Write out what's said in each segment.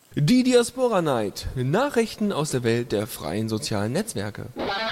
Die Diaspora Night. Nachrichten aus der Welt der freien sozialen Netzwerke.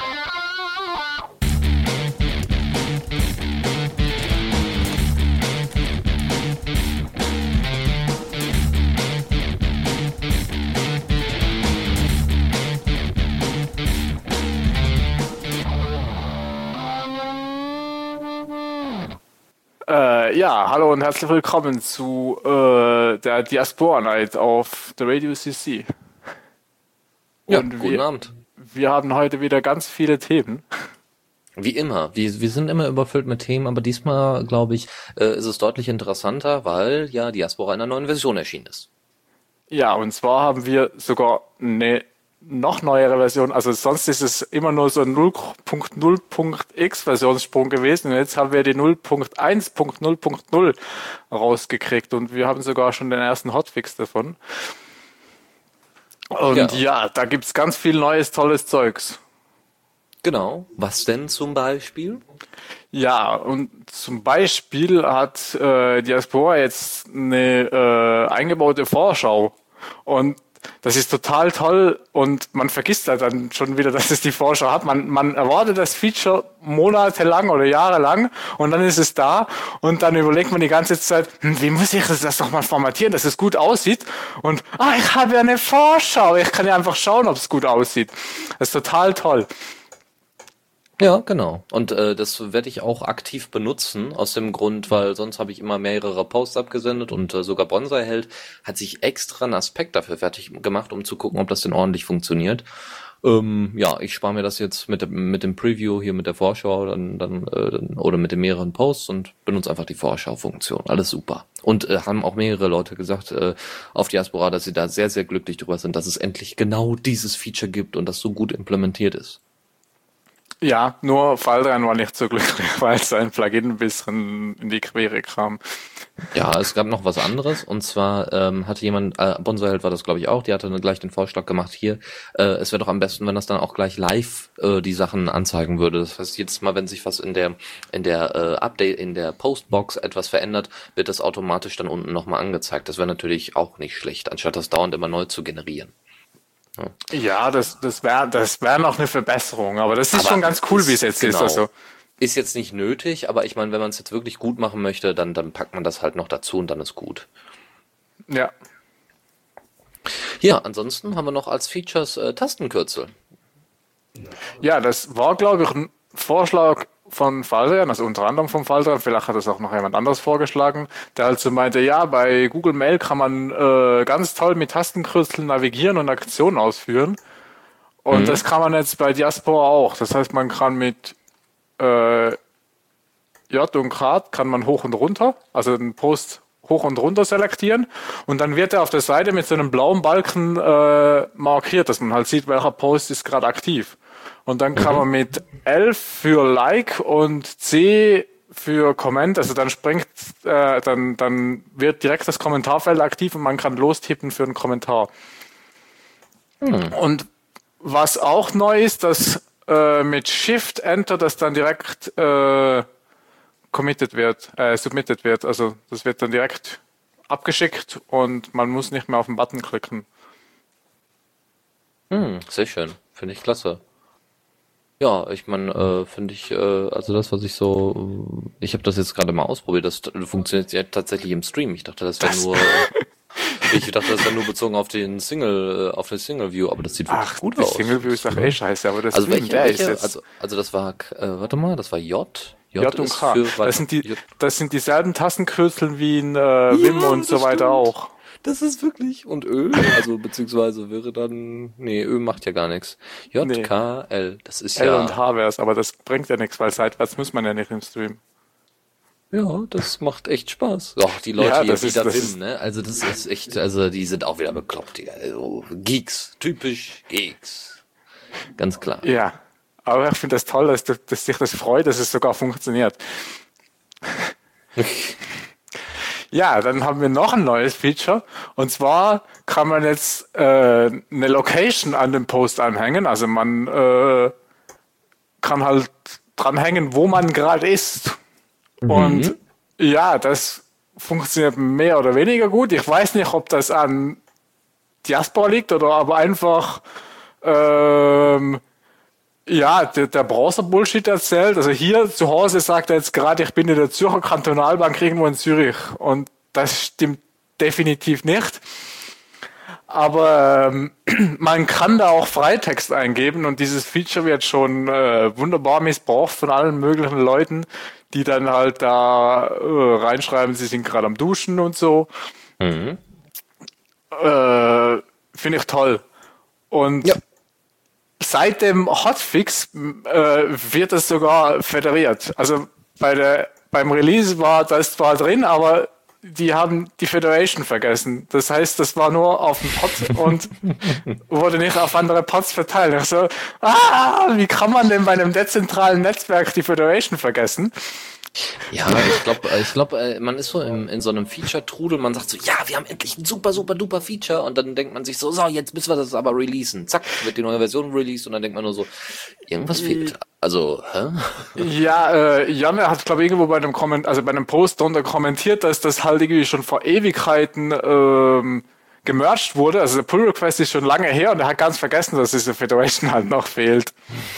Ja, hallo und herzlich willkommen zu der Diaspora Night auf der Radio CC. Ja, Und guten Abend. wir haben heute wieder ganz viele Themen. Wie immer. Wir sind immer überfüllt mit Themen, aber diesmal, glaube ich, ist es deutlich interessanter, weil ja Diaspora in einer neuen Version erschienen ist. Ja, und zwar haben wir sogar eine noch neuere Version. Also sonst ist es immer nur so ein 0.0.x Versionssprung gewesen. Und jetzt haben wir die 0.1.0.0 rausgekriegt und wir haben sogar schon den ersten Hotfix davon. Und ja, da gibt's ganz viel neues, tolles Zeugs. Genau. Was denn zum Beispiel? Ja, und zum Beispiel hat Diaspora jetzt eine eingebaute Vorschau. Und das ist total toll und man vergisst halt dann schon wieder, dass es die Vorschau hat. Man erwartet das Feature monatelang oder jahrelang und dann ist es da und dann überlegt man die ganze Zeit, wie muss ich das nochmal formatieren, dass es gut aussieht? Und ich habe ja eine Vorschau, ich kann ja einfach schauen, ob es gut aussieht. Das ist total toll. Ja, genau. Und das werde ich auch aktiv benutzen, aus dem Grund, weil sonst habe ich immer mehrere Posts abgesendet und sogar Bonsai-Held hat sich extra einen Aspekt dafür fertig gemacht, um zu gucken, ob das denn ordentlich funktioniert. Ja, ich spare mir das jetzt mit dem Preview hier mit der Vorschau oder mit den mehreren Posts und benutze einfach die Vorschau-Funktion. Alles super. Und haben auch mehrere Leute gesagt auf Diaspora, dass sie da sehr, sehr glücklich drüber sind, dass es endlich genau dieses Feature gibt und das so gut implementiert ist. Ja, nur Faldrian war nicht so glücklich, weil sein Plugin ein bisschen in die Quere kam. Ja, es gab noch was anderes und zwar hatte jemand, Bonsai-Held war das glaube ich auch, die hatte gleich den Vorschlag gemacht, hier, es wäre doch am besten, wenn das dann auch gleich live die Sachen anzeigen würde. Das heißt, jedes Mal, wenn sich was in der Update, in der Postbox etwas verändert, wird das automatisch dann unten nochmal angezeigt. Das wäre natürlich auch nicht schlecht, anstatt das dauernd immer neu zu generieren. Ja, das wär noch eine Verbesserung, aber das ist schon ganz cool, wie es jetzt ist. Also ist jetzt nicht nötig, aber ich meine, wenn man es jetzt wirklich gut machen möchte, dann packt man das halt noch dazu und dann ist gut. ja, Ja, ansonsten haben wir noch als Features Tastenkürzel. ja, das war, glaube ich, ein Vorschlag von Faldrian, also unter anderem von Faldrian, vielleicht hat das auch noch jemand anderes vorgeschlagen, der also meinte, ja, bei Google Mail kann man ganz toll mit Tastenkürzeln navigieren und Aktionen ausführen. Und das kann man jetzt bei Diaspora auch. Das heißt, man kann mit J und Grad kann man hoch und runter, also einen Post hoch und runter selektieren und dann wird er auf der Seite mit so einem blauen Balken markiert, dass man halt sieht, welcher Post ist gerade aktiv. Und dann kann man mit L für Like und C für Comment, also dann dann wird direkt das Kommentarfeld aktiv und man kann lostippen für einen Kommentar. Und was auch neu ist, dass mit Shift Enter das dann direkt submitted wird. Also das wird dann direkt abgeschickt und man muss nicht mehr auf den Button klicken. Sehr schön. Finde ich klasse. Ja, ich meine, finde ich, also das, was ich habe das jetzt gerade mal ausprobiert, das funktioniert ja tatsächlich im Stream. Ich dachte, das wäre nur bezogen auf den auf das Single View, aber das sieht wirklich gut aus. Single View ist doch scheiße, aber das also Stream, der ist jetzt. Also das war, warte mal, das war J. J und K. Das sind dieselben Tastenkürzel wie in Vim und so weiter auch. Das ist wirklich, und Ö, also beziehungsweise wäre dann, nee, Ö macht ja gar nichts. J, K, L, das ist L und H wär's, aber das bringt ja nichts, weil seitwärts muss man ja nicht im Stream. Ja, das macht echt Spaß. Doch, die Leute hier wieder Vim, ne? Also das ist echt, also die sind auch wieder bekloppt, also Geeks, typisch Geeks. Ganz klar. Ja, aber ich finde das toll, dass sich das freut, dass es sogar funktioniert. Ja, dann haben wir noch ein neues Feature und zwar kann man jetzt eine Location an dem Post anhängen, also man kann halt dranhängen, wo man gerade ist. Und ja, das funktioniert mehr oder weniger gut. Ich weiß nicht, ob das an Diaspora liegt oder aber einfach der Browser-Bullshit erzählt. Also hier zu Hause sagt er jetzt gerade, ich bin in der Zürcher Kantonalbank irgendwo in Zürich. Und das stimmt definitiv nicht. Aber man kann da auch Freitext eingeben und dieses Feature wird schon wunderbar missbraucht von allen möglichen Leuten, die dann halt da reinschreiben, sie sind gerade am Duschen und so. Mhm. Finde ich toll. Und seit dem Hotfix wird es sogar föderiert. Also beim Release war das zwar drin, aber die haben die Federation vergessen. Das heißt, das war nur auf dem Pod und wurde nicht auf andere Pods verteilt. Also, wie kann man denn bei einem dezentralen Netzwerk die Federation vergessen? Ja, ich glaube, man ist so in so einem Feature-Trudel, man sagt so, ja, wir haben endlich ein super, super duper Feature und dann denkt man sich so, jetzt müssen wir das aber releasen. Zack, wird die neue Version released und dann denkt man nur so, irgendwas fehlt. Also, Ja, Janne hat, glaube ich, irgendwo bei einem Post drunter kommentiert, dass das halt irgendwie schon vor Ewigkeiten gemerged wurde. Also der Pull-Request ist schon lange her und er hat ganz vergessen, dass diese Federation halt noch fehlt.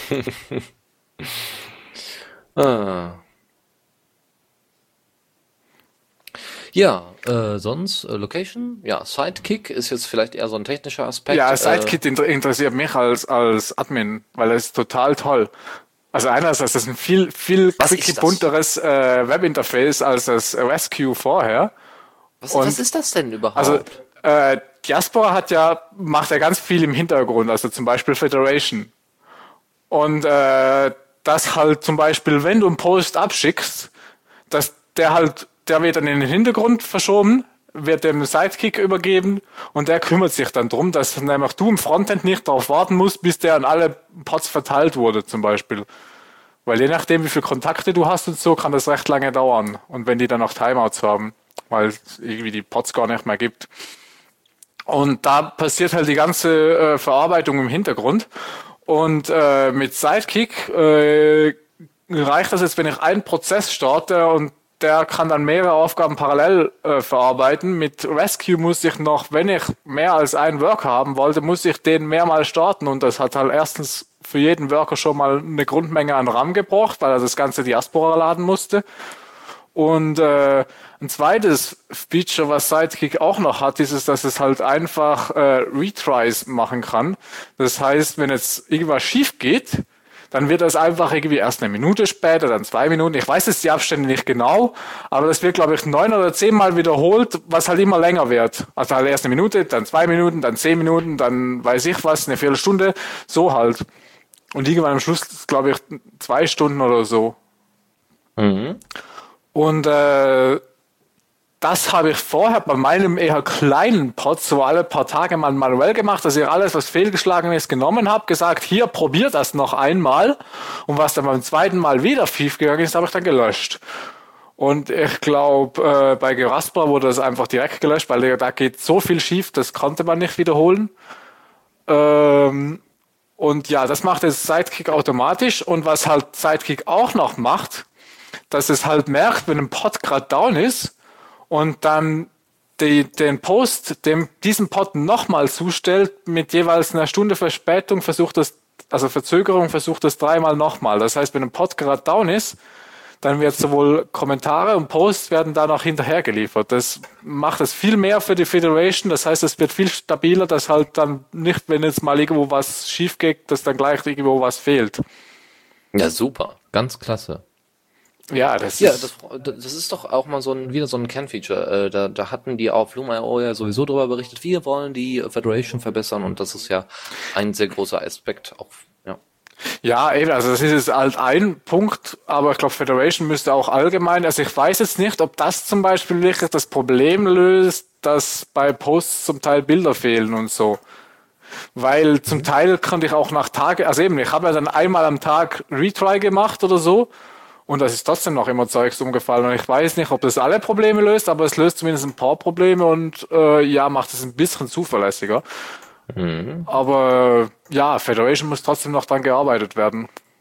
Ja, sonst Location, ja, Sidekick ist jetzt vielleicht eher so ein technischer Aspekt. Ja, Sidekick interessiert mich als Admin, weil das ist total toll. Also einerseits, das ist ein viel bunteres Webinterface als das Rescue vorher. Was ist das denn überhaupt? Also Diaspora macht ja ganz viel im Hintergrund, also zum Beispiel Federation. Und das halt zum Beispiel, wenn du einen Post abschickst, dass der wird dann in den Hintergrund verschoben, wird dem Sidekick übergeben und der kümmert sich dann drum, dass nämlich du im Frontend nicht darauf warten musst, bis der an alle Pods verteilt wurde zum Beispiel. Weil je nachdem, wie viele Kontakte du hast und so, kann das recht lange dauern. Und wenn die dann auch Timeouts haben, weil es irgendwie die Pods gar nicht mehr gibt. Und da passiert halt die ganze Verarbeitung im Hintergrund. Und mit Sidekick reicht das jetzt, wenn ich einen Prozess starte und der kann dann mehrere Aufgaben parallel verarbeiten. Mit Rescue muss ich noch, wenn ich mehr als einen Worker haben wollte, muss ich den mehrmals starten. Und das hat halt erstens für jeden Worker schon mal eine Grundmenge an RAM gebraucht, weil er das ganze Diaspora laden musste. Und ein zweites Feature, was Sidekick auch noch hat, ist, dass es halt einfach Retries machen kann. Das heißt, wenn jetzt irgendwas schief geht, dann wird das einfach irgendwie erst eine Minute später, dann 2 Minuten. Ich weiß jetzt die Abstände nicht genau, aber das wird, glaube ich, 9 oder 10 Mal wiederholt, was halt immer länger wird. Also halt erst eine Minute, dann 2 Minuten, dann 10 Minuten, dann weiß ich was, eine Viertelstunde, so halt. Und irgendwann am Schluss, glaube ich, 2 Stunden oder so. Mhm. Und das habe ich vorher bei meinem eher kleinen Pod so alle paar Tage mal manuell gemacht, dass ich alles, was fehlgeschlagen ist, genommen habe, gesagt, hier, probier das noch einmal. Und was dann beim zweiten Mal wieder schief gegangen ist, habe ich dann gelöscht. Und ich glaube, bei Geraspar wurde das einfach direkt gelöscht, weil da geht so viel schief, das konnte man nicht wiederholen. Und ja, das macht jetzt Sidekick automatisch. Und was halt Sidekick auch noch macht, dass es halt merkt, wenn ein Pod gerade down ist, und dann den Post diesem Pod nochmal zustellt, mit jeweils einer Stunde Verspätung Verzögerung versucht das 3-mal nochmal. Das heißt, wenn ein Pod gerade down ist, dann wird sowohl Kommentare und Posts werden da noch hinterher geliefert. Das macht es viel mehr für die Federation. Das heißt, es wird viel stabiler, dass halt dann nicht, wenn jetzt mal irgendwo was schief geht, dass dann gleich irgendwo was fehlt. Ja, super. Ganz klasse. Ja, das ist doch auch mal wieder so ein Kernfeature. Da hatten die auf Loom.io ja sowieso drüber berichtet, wir wollen die Federation verbessern und das ist ja ein sehr großer Aspekt auch, ja. Ja, eben, also das ist jetzt halt ein Punkt, aber ich glaube, Federation müsste auch allgemein, also ich weiß jetzt nicht, ob das zum Beispiel wirklich das Problem löst, dass bei Posts zum Teil Bilder fehlen und so. Weil zum Teil konnte ich auch nach Tagen, also eben, ich habe ja dann einmal am Tag Retry gemacht oder so. Und das ist trotzdem noch immer Zeugs umgefallen. Und ich weiß nicht, ob das alle Probleme löst, aber es löst zumindest ein paar Probleme und macht es ein bisschen zuverlässiger. Mhm. Aber ja, Federation muss trotzdem noch dran gearbeitet werden.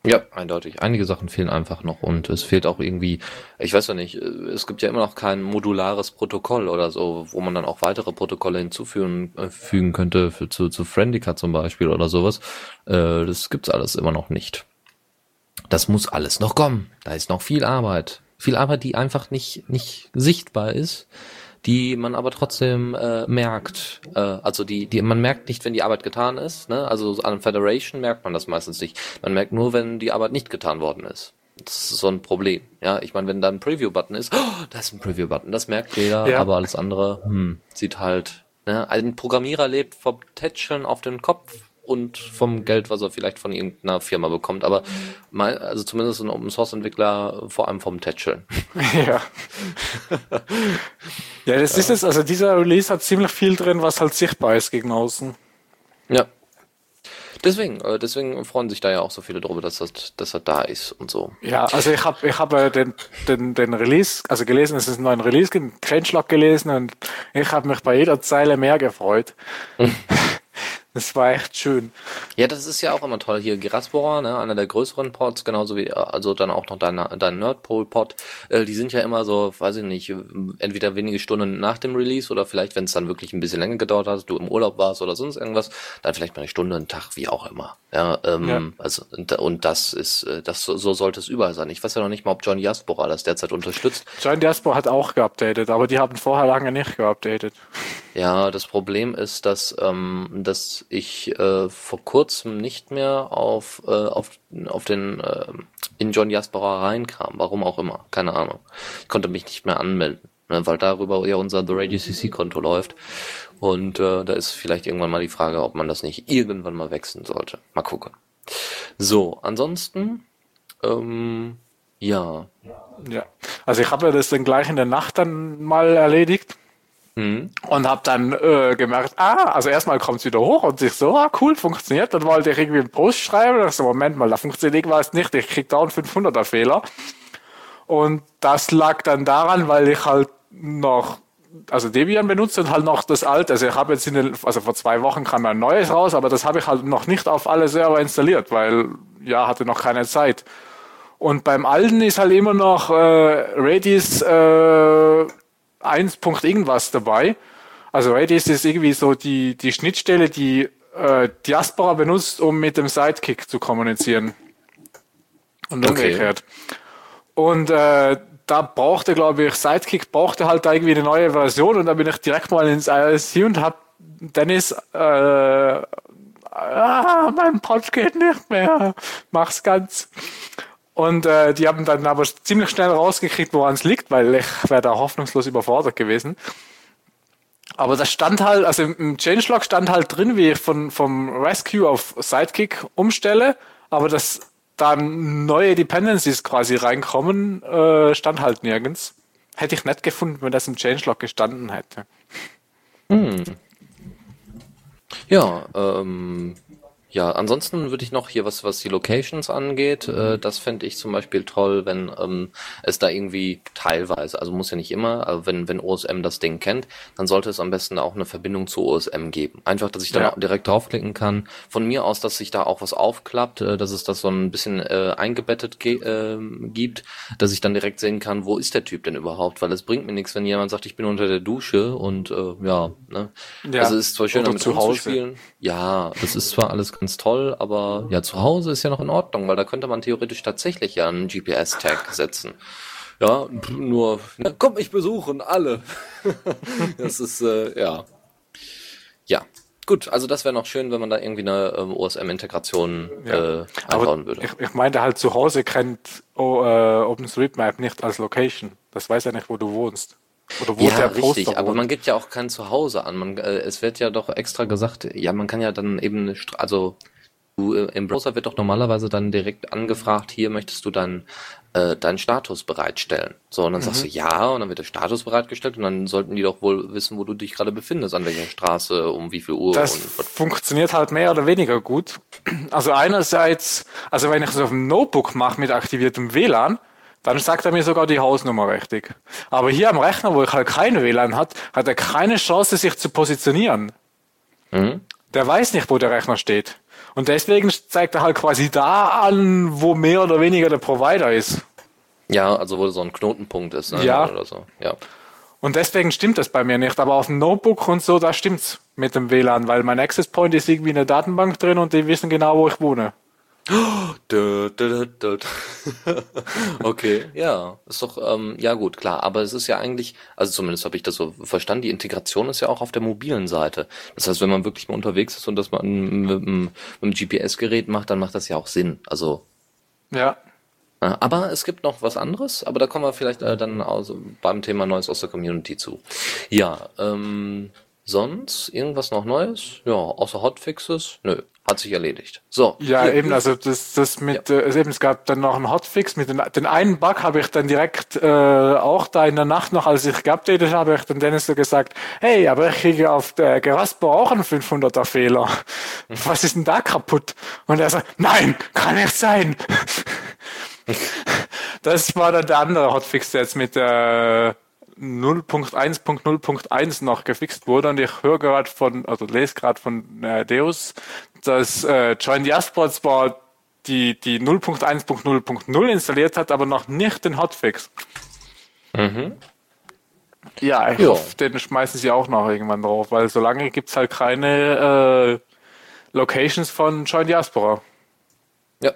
Ja, eindeutig. Einige Sachen fehlen einfach noch und es fehlt auch irgendwie, ich weiß ja nicht, es gibt ja immer noch kein modulares Protokoll oder so, wo man dann auch weitere Protokolle fügen könnte zu Friendica zum Beispiel oder sowas. Das gibt's alles immer noch nicht. Das muss alles noch kommen. Da ist noch viel Arbeit. Viel Arbeit, die einfach nicht sichtbar ist, die man aber trotzdem merkt. Also man merkt nicht, wenn die Arbeit getan ist. Ne? Also an Federation merkt man das meistens nicht. Man merkt nur, wenn die Arbeit nicht getan worden ist. Das ist so ein Problem. Ja, ich meine, wenn da ein Preview-Button ist, da ist ein Preview-Button, das merkt jeder, Ja. aber alles andere sieht halt. Ne? Ein Programmierer lebt vom Tätscheln auf den Kopf und vom Geld, was er vielleicht von irgendeiner Firma bekommt. Aber also zumindest ein Open-Source-Entwickler vor allem vom Tätscheln. Ja. Ja, das ist es. Also dieser Release hat ziemlich viel drin, was halt sichtbar ist gegen außen. Ja. Deswegen freuen sich da ja auch so viele drüber, dass er da ist und so. Ja, also ich hab den Release, also gelesen, dass es einen neuen Release gibt, einen Changelog gelesen und ich habe mich bei jeder Zeile mehr gefreut. Das war echt schön. Ja, das ist ja auch immer toll. Hier Geraspora, ne, einer der größeren Pods, genauso wie, also dann auch noch dein Nerdpole-Pod, die sind ja immer so, weiß ich nicht, entweder wenige Stunden nach dem Release oder vielleicht, wenn es dann wirklich ein bisschen länger gedauert hat, du im Urlaub warst oder sonst irgendwas, dann vielleicht mal eine Stunde, einen Tag, wie auch immer. Ja, also, und das ist, so sollte es überall sein. Ich weiß ja noch nicht mal, ob John Diaspora das derzeit unterstützt. John Diaspora hat auch geupdatet, aber die haben vorher lange nicht geupdatet. Ja, das Problem ist, dass ich vor kurzem nicht mehr auf den in John Diaspora reinkam. Warum auch immer, keine Ahnung. Ich konnte mich nicht mehr anmelden, ne, weil darüber ja unser The Radio CC Konto läuft. Und da ist vielleicht irgendwann mal die Frage, ob man das nicht irgendwann mal wechseln sollte. Mal gucken. So, ansonsten, ja. Ja. Also ich habe das dann gleich in der Nacht dann mal erledigt. Und habe dann gemerkt, also erstmal kommt es wieder hoch und sich so, cool, funktioniert. Dann wollte ich irgendwie einen Post schreiben und dachte so, Moment mal, da funktioniert irgendwas nicht, ich krieg dauernd 500er Fehler. Und das lag dann daran, weil ich halt noch, also Debian benutze und halt noch das alte. Also ich habe jetzt also vor 2 Wochen kam ein neues raus, aber das habe ich halt noch nicht auf alle Server installiert, weil ja, hatte noch keine Zeit. Und beim alten ist halt immer noch Redis 1. irgendwas dabei. Also Redis ist irgendwie so die Schnittstelle, die Diaspora benutzt, um mit dem Sidekick zu kommunizieren. Und umgekehrt. Und da brauchte, glaube ich, Sidekick brauchte halt da irgendwie eine neue Version und da bin ich direkt mal ins IRC und hab Dennis mein Pod geht nicht mehr. Mach's ganz. Und die haben dann aber ziemlich schnell rausgekriegt, woran es liegt, weil ich wäre da hoffnungslos überfordert gewesen. Aber das stand halt, also im Changelog stand halt drin, wie ich vom Rescue auf Sidekick umstelle, aber dass dann neue Dependencies quasi reinkommen, stand halt nirgends. Hätte ich nett gefunden, wenn das im Changelog gestanden hätte. Ja, ja, ansonsten würde ich noch hier, was die Locations angeht, das fände ich zum Beispiel toll, wenn es da irgendwie teilweise, also muss ja nicht immer, aber wenn OSM das Ding kennt, dann sollte es am besten auch eine Verbindung zu OSM geben. Einfach, dass ich dann auch direkt draufklicken kann. Von mir aus, dass sich da auch was aufklappt, dass es das so ein bisschen eingebettet gibt, dass ich dann direkt sehen kann, wo ist der Typ denn überhaupt, weil es bringt mir nichts, wenn jemand sagt, ich bin unter der Dusche und ne. Ja, also es ist zwar schön, damit zu Hause rumzuspielen. Ja, das ist zwar alles ganz toll, aber ja, zu Hause ist ja noch in Ordnung, weil da könnte man theoretisch tatsächlich ja einen GPS-Tag setzen. Ja, nur, komm mich besuchen, alle. Das ist, ja. Ja, gut, also das wäre noch schön, wenn man da irgendwie eine OSM-Integration einbauen würde. Ich meinte halt, zu Hause kennt OpenStreetMap nicht als Location. Das weiß ja nicht, wo du wohnst. Oder wo Ja, der Poster richtig, aber wohnt. man gibt ja auch kein Zuhause an. Es wird ja doch extra gesagt, ja, man kann ja dann eben, also im Browser wird doch normalerweise dann direkt angefragt, hier möchtest du deinen Status bereitstellen. So, und dann sagst du ja, und dann wird der Status bereitgestellt und dann sollten die doch wohl wissen, wo du dich gerade befindest, an welcher Straße, um wie viel Uhr. Das funktioniert halt mehr oder weniger gut. Also einerseits, also wenn ich es auf dem Notebook mache mit aktiviertem WLAN, dann sagt er mir sogar die Hausnummer richtig. Aber hier am Rechner, wo ich halt kein WLAN hat er keine Chance, sich zu positionieren. Der weiß nicht, wo der Rechner steht. Und deswegen zeigt er halt quasi da an, wo mehr oder weniger der Provider ist. Ja, also wo so ein Knotenpunkt ist, ne? Ja. Oder so. Ja. Und deswegen stimmt das bei mir nicht. Aber auf dem Notebook und so, da stimmt's mit dem WLAN, weil mein Access Point ist irgendwie in der Datenbank drin und die wissen genau, wo ich wohne. Okay, ja, ist doch, ja gut, klar, aber es ist ja eigentlich, also zumindest habe ich das so verstanden, die Integration ist ja auch auf der mobilen Seite. Das heißt, wenn man wirklich mal unterwegs ist und das mal mit dem GPS-Gerät macht, dann macht das ja auch Sinn. Also, Ja. aber es gibt noch was anderes, aber da kommen wir vielleicht dann also beim Thema Neues aus der Community zu. Ja, sonst irgendwas noch Neues? Ja, außer Hotfixes? Nö, hat sich erledigt. So. Ja, hier, eben, also das mit, eben, es gab dann noch einen Hotfix, mit den einen Bug habe ich dann direkt auch da in der Nacht noch, als ich geupdatet habe, ich dann Dennis so gesagt, hey, aber ich kriege auf der Gerasper auch einen 500er Fehler. Was ist denn da kaputt? Und er sagt, nein, kann nicht sein. Das war dann der andere Hotfix, der jetzt mit der 0.1.0.1 noch gefixt wurde, und ich höre gerade lese gerade von Deus, dass Join Diaspora zwar die 0.1.0.0 installiert hat, aber noch nicht den Hotfix. Mhm. Ja, ich hoffe, den schmeißen sie auch noch irgendwann drauf, weil solange gibt's halt keine Locations von Join Diaspora. Ja.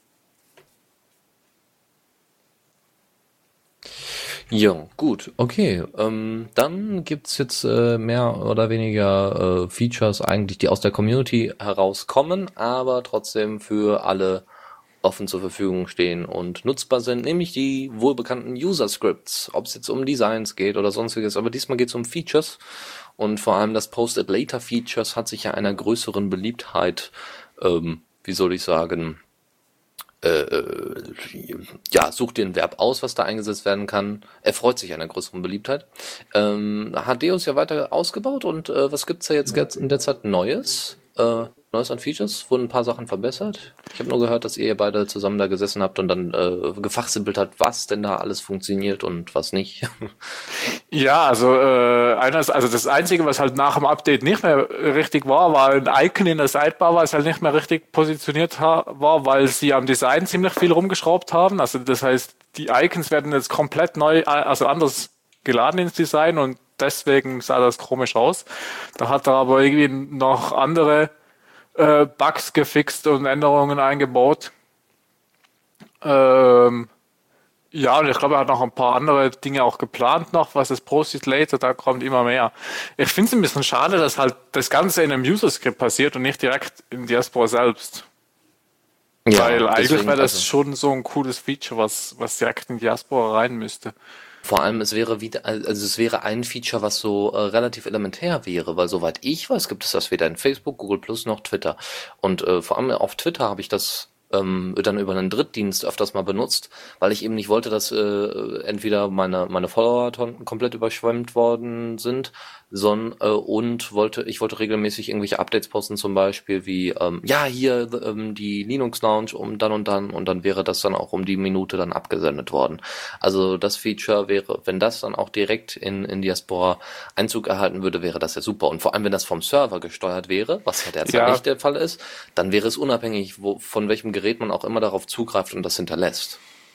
Ja, gut, okay. Dann gibt's jetzt mehr oder weniger Features eigentlich, die aus der Community herauskommen, aber trotzdem für alle offen zur Verfügung stehen und nutzbar sind, nämlich die wohlbekannten User-Scripts, ob es jetzt um Designs geht oder sonstiges, aber diesmal geht es um Features, und vor allem das Post-it-Later-Features hat sich ja einer größeren Beliebtheit, wie soll ich sagen, ja, such dir ein Verb aus, was da eingesetzt werden kann. Er freut sich einer größeren Beliebtheit. Hat Deus ja weiter ausgebaut, und was gibt's da jetzt in der Zeit Neues? Neues an Features? Wurden ein paar Sachen verbessert? Ich habe nur gehört, dass ihr beide zusammen da gesessen habt und dann gefachsimpelt habt, was denn da alles funktioniert und was nicht. Ja, also das Einzige, was halt nach dem Update nicht mehr richtig war ein Icon in der Sidebar, was halt nicht mehr richtig positioniert war, weil sie am Design ziemlich viel rumgeschraubt haben. Also das heißt, die Icons werden jetzt komplett neu, also anders geladen ins Design, und deswegen sah das komisch aus. Da hat er aber irgendwie noch andere Bugs gefixt und Änderungen eingebaut. Ja, und ich glaube, er hat noch ein paar andere Dinge auch geplant noch, was das Post-it Later, da kommt immer mehr. Ich finde es ein bisschen schade, dass halt das Ganze in einem User-Script passiert und nicht direkt in Diaspora selbst. Ja, weil eigentlich deswegen, wäre das schon so ein cooles Feature, was direkt in Diaspora rein müsste. Vor allem, es wäre ein Feature, was so relativ elementär wäre, weil soweit ich weiß, gibt es das weder in Facebook, Google Plus noch Twitter. Und vor allem auf Twitter habe ich das dann über einen Drittdienst öfters mal benutzt, weil ich eben nicht wollte, dass entweder meine Follower komplett überschwemmt worden sind, und ich wollte regelmäßig irgendwelche Updates posten, zum Beispiel wie hier die Linux Lounge um dann, und dann wäre das dann auch um die Minute dann abgesendet worden. Also das Feature wäre, wenn das dann auch direkt in Diaspora Einzug erhalten würde, wäre das ja super. Und vor allem, wenn das vom Server gesteuert wäre, was ja derzeit nicht der Fall ist, dann wäre es unabhängig, von welchem Gerät man auch immer darauf zugreift und das hinterlässt.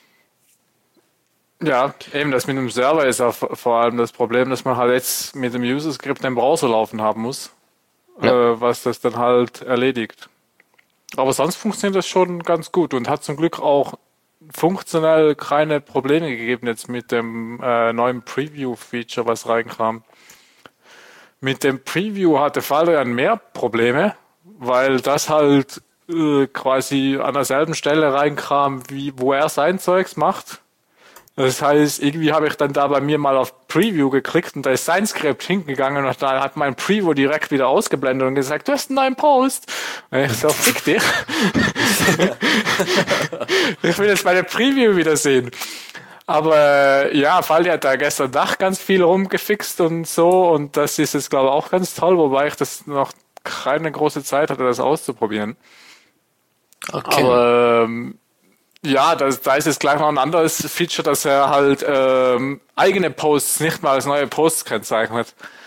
Ja, eben das mit dem Server ist auch vor allem das Problem, dass man halt jetzt mit dem User-Script den Browser laufen haben muss, was das dann halt erledigt. Aber sonst funktioniert das schon ganz gut und hat zum Glück auch funktionell keine Probleme gegeben jetzt mit dem neuen Preview-Feature, was reinkam. Mit dem Preview hatte Valerian mehr Probleme, weil das halt quasi an derselben Stelle reinkam, wie wo er sein Zeugs macht. Das heißt, irgendwie habe ich dann da bei mir mal auf Preview geklickt und da ist sein Skript hingegangen und da hat mein Preview direkt wieder ausgeblendet und gesagt, du hast einen neuen Post. Und ich so, fick dich. Ich will jetzt meine Preview wieder sehen. Aber ja, Faldi hat da gestern Nacht ganz viel rumgefixt und so, und das ist jetzt, glaube ich, auch ganz toll, wobei ich das noch keine große Zeit hatte, das auszuprobieren. Okay. Aber ja, da ist jetzt gleich noch ein anderes Feature, dass er halt eigene Posts nicht mal als neue Posts kennzeichnet.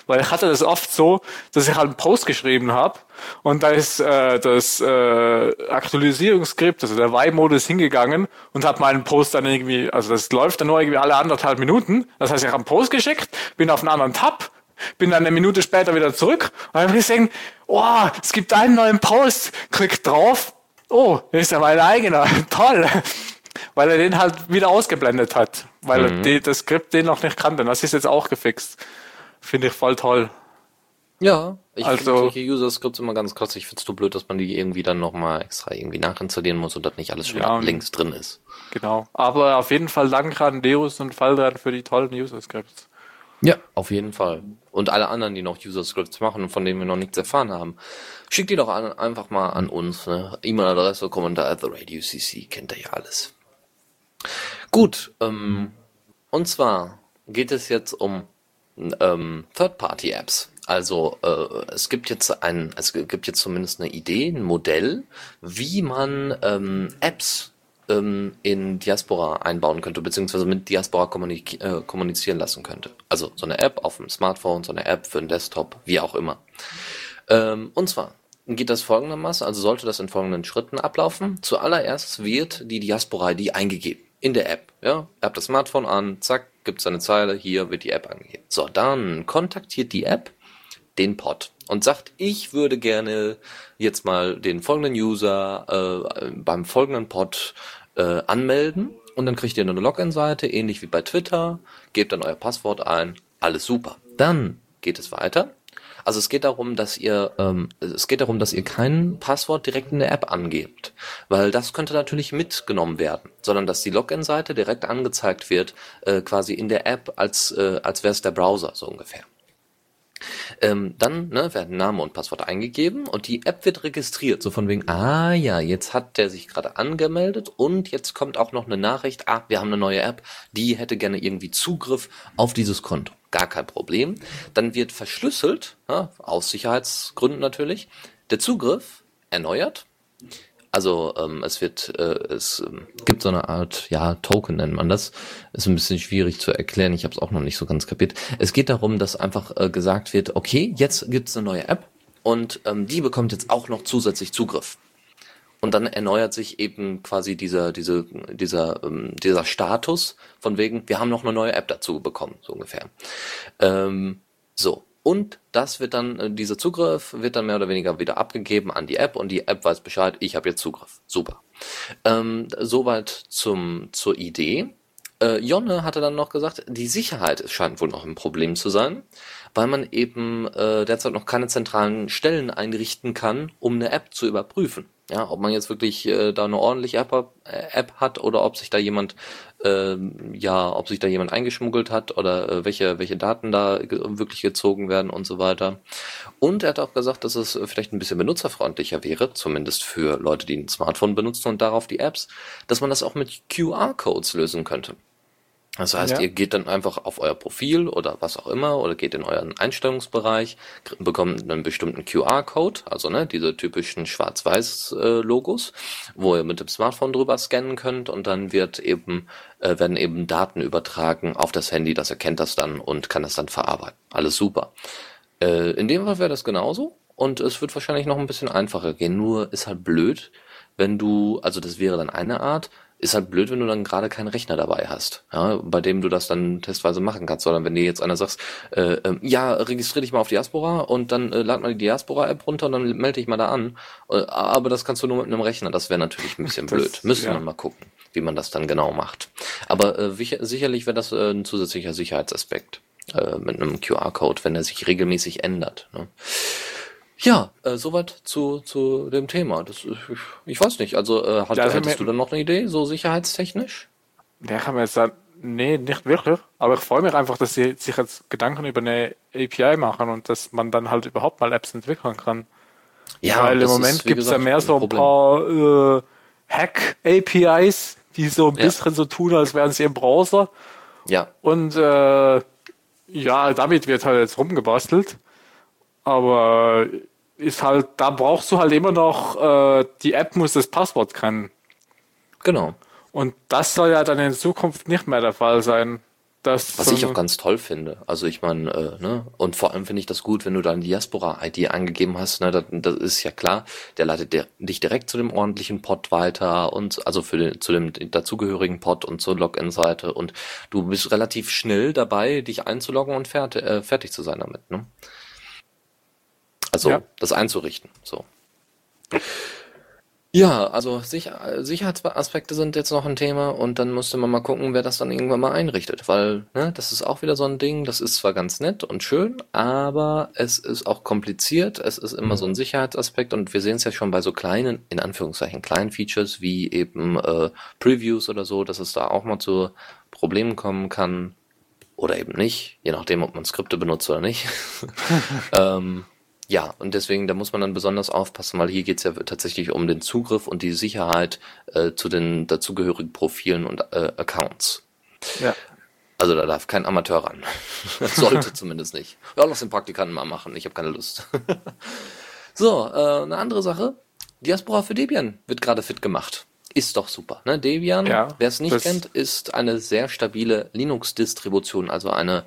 Weil ich hatte das oft so, dass ich halt einen Post geschrieben habe und da ist das Aktualisierungsskript, also der Y-Modus hingegangen und hat meinen Post dann irgendwie, also das läuft dann nur irgendwie alle 1,5 Minuten. Das heißt, ich habe einen Post geschickt, bin auf einen anderen Tab, bin dann eine Minute später wieder zurück und habe gesehen, oh, es gibt einen neuen Post, klick drauf, oh, das ist ja mein eigener, toll. Weil er den halt wieder ausgeblendet hat, weil er das Skript den noch nicht kannte. Das ist jetzt auch gefixt. Finde ich voll toll. Ja, ich finde Also- solche User-Scripts immer ganz krass. Ich finde es nur blöd, dass man die irgendwie dann nochmal extra irgendwie nachinstallieren muss und das nicht alles schon Ja, links drin ist. Genau. Aber auf jeden Fall Dank an Deus und Faldran für die tollen User-Scripts. Ja, auf jeden Fall. Und alle anderen, die noch User-Scripts machen und von denen wir noch nichts erfahren haben, schickt die doch einfach mal an uns. Ne? E-Mail-Adresse, Kommentar@radiocc, kennt ihr ja alles. Gut, und zwar geht es jetzt um Third-Party-Apps. Also es gibt jetzt zumindest eine Idee, ein Modell, wie man Apps in Diaspora einbauen könnte, beziehungsweise mit Diaspora kommunizieren lassen könnte. Also so eine App auf dem Smartphone, so eine App für den Desktop, wie auch immer. Und zwar geht das folgendermaßen, also sollte das in folgenden Schritten ablaufen. Zuallererst wird die Diaspora-ID eingegeben in der App. Ja, ihr habt das Smartphone an, zack, gibt's eine Zeile, hier wird die App angegeben. So, dann kontaktiert die App den Pod und sagt, ich würde gerne jetzt mal den folgenden User beim folgenden Pod anmelden und dann kriegt ihr eine Login-Seite, ähnlich wie bei Twitter, gebt dann euer Passwort ein, alles super. Dann geht es weiter. Also es geht darum, dass ihr kein Passwort direkt in der App angebt, weil das könnte natürlich mitgenommen werden, sondern dass die Login-Seite direkt angezeigt wird, quasi in der App, als wäre es der Browser, so ungefähr. Dann werden Name und Passwort eingegeben und die App wird registriert, so von wegen, ja, jetzt hat der sich gerade angemeldet und jetzt kommt auch noch eine Nachricht, wir haben eine neue App, die hätte gerne irgendwie Zugriff auf dieses Konto. Gar kein Problem. Dann wird verschlüsselt, aus Sicherheitsgründen natürlich, der Zugriff erneuert. Also es gibt so eine Art, Token nennt man das. Ist ein bisschen schwierig zu erklären, ich habe es auch noch nicht so ganz kapiert. Es geht darum, dass einfach gesagt wird, okay, jetzt gibt's eine neue App und die bekommt jetzt auch noch zusätzlich Zugriff. Und dann erneuert sich eben quasi dieser Status von wegen, wir haben noch eine neue App dazu bekommen, so ungefähr. So. Und das wird dann, dieser Zugriff wird dann mehr oder weniger wieder abgegeben an die App und die App weiß Bescheid, ich habe jetzt Zugriff. Super. Soweit zur Idee. Jonne hatte dann noch gesagt, die Sicherheit scheint wohl noch ein Problem zu sein, weil man eben derzeit noch keine zentralen Stellen einrichten kann, um eine App zu überprüfen. Ja, ob man jetzt wirklich da eine ordentliche App hat oder ob sich da jemand eingeschmuggelt hat oder welche Daten da wirklich gezogen werden und so weiter. Und er hat auch gesagt, dass es vielleicht ein bisschen benutzerfreundlicher wäre, zumindest für Leute, die ein Smartphone benutzen und darauf die Apps, dass man das auch mit QR-Codes lösen könnte. Das heißt, ihr geht dann einfach auf euer Profil oder was auch immer oder geht in euren Einstellungsbereich, bekommt einen bestimmten QR-Code, also diese typischen Schwarz-Weiß-Logos, wo ihr mit dem Smartphone drüber scannen könnt und dann werden eben Daten übertragen auf das Handy, das erkennt das dann und kann das dann verarbeiten. Alles super. In dem Fall wäre das genauso und es wird wahrscheinlich noch ein bisschen einfacher gehen, nur ist halt blöd, das wäre dann eine Art, ist halt blöd, wenn du dann gerade keinen Rechner dabei hast, ja, bei dem du das dann testweise machen kannst, sondern wenn dir jetzt einer sagt, registrier dich mal auf Diaspora und dann lad mal die Diaspora-App runter und dann melde dich mal da an, aber das kannst du nur mit einem Rechner, das wäre natürlich ein bisschen blöd. Müssen wir mal gucken, wie man das dann genau macht. Aber sicherlich wäre das ein zusätzlicher Sicherheitsaspekt mit einem QR-Code, wenn er sich regelmäßig ändert, ne? Ja, soweit zu dem Thema. Ich weiß nicht, hättest du dann noch eine Idee, so sicherheitstechnisch? Ja, kann man jetzt sagen, nee, nicht wirklich. Aber ich freue mich einfach, dass sie sich jetzt Gedanken über eine API machen und dass man dann halt überhaupt mal Apps entwickeln kann. Ja, weil im Moment gibt es ja mehr so ein paar Hack-APIs, die so ein bisschen so tun, als wären sie im Browser. Ja. Und damit wird halt jetzt rumgebastelt. Aber ist halt, da brauchst du halt immer noch, die App muss das Passwort kennen. Genau. Und das soll ja dann in Zukunft nicht mehr der Fall sein. Das Was ich auch ganz toll finde, also ich meine, ne, und vor allem finde ich das gut, wenn du dann Diaspora-ID eingegeben hast, ne, das ist ja klar, der leitet dich direkt zu dem ordentlichen Pod weiter und also zu dem dazugehörigen Pod und zur Login-Seite und du bist relativ schnell dabei, dich einzuloggen und fertig zu sein damit, ne? Also ja. das einzurichten, so. Ja, also Sicherheitsaspekte sind jetzt noch ein Thema und dann musste man mal gucken, wer das dann irgendwann mal einrichtet, weil, ne, das ist auch wieder so ein Ding, das ist zwar ganz nett und schön, aber es ist auch kompliziert, es ist immer so ein Sicherheitsaspekt und wir sehen es ja schon bei so kleinen, in Anführungszeichen, kleinen Features wie eben Previews oder so, dass es da auch mal zu Problemen kommen kann oder eben nicht, je nachdem, ob man Skripte benutzt oder nicht. Ja, und deswegen, da muss man dann besonders aufpassen, weil hier geht's ja tatsächlich um den Zugriff und die Sicherheit zu den dazugehörigen Profilen und Accounts. Ja. Also da darf kein Amateur ran. Sollte zumindest nicht. Ja, lass den Praktikanten mal machen, ich habe keine Lust. So, eine andere Sache. Diaspora für Debian wird gerade fit gemacht. Ist doch super, ne? Debian, Ja, wer es nicht kennt, ist eine sehr stabile Linux-Distribution, also eine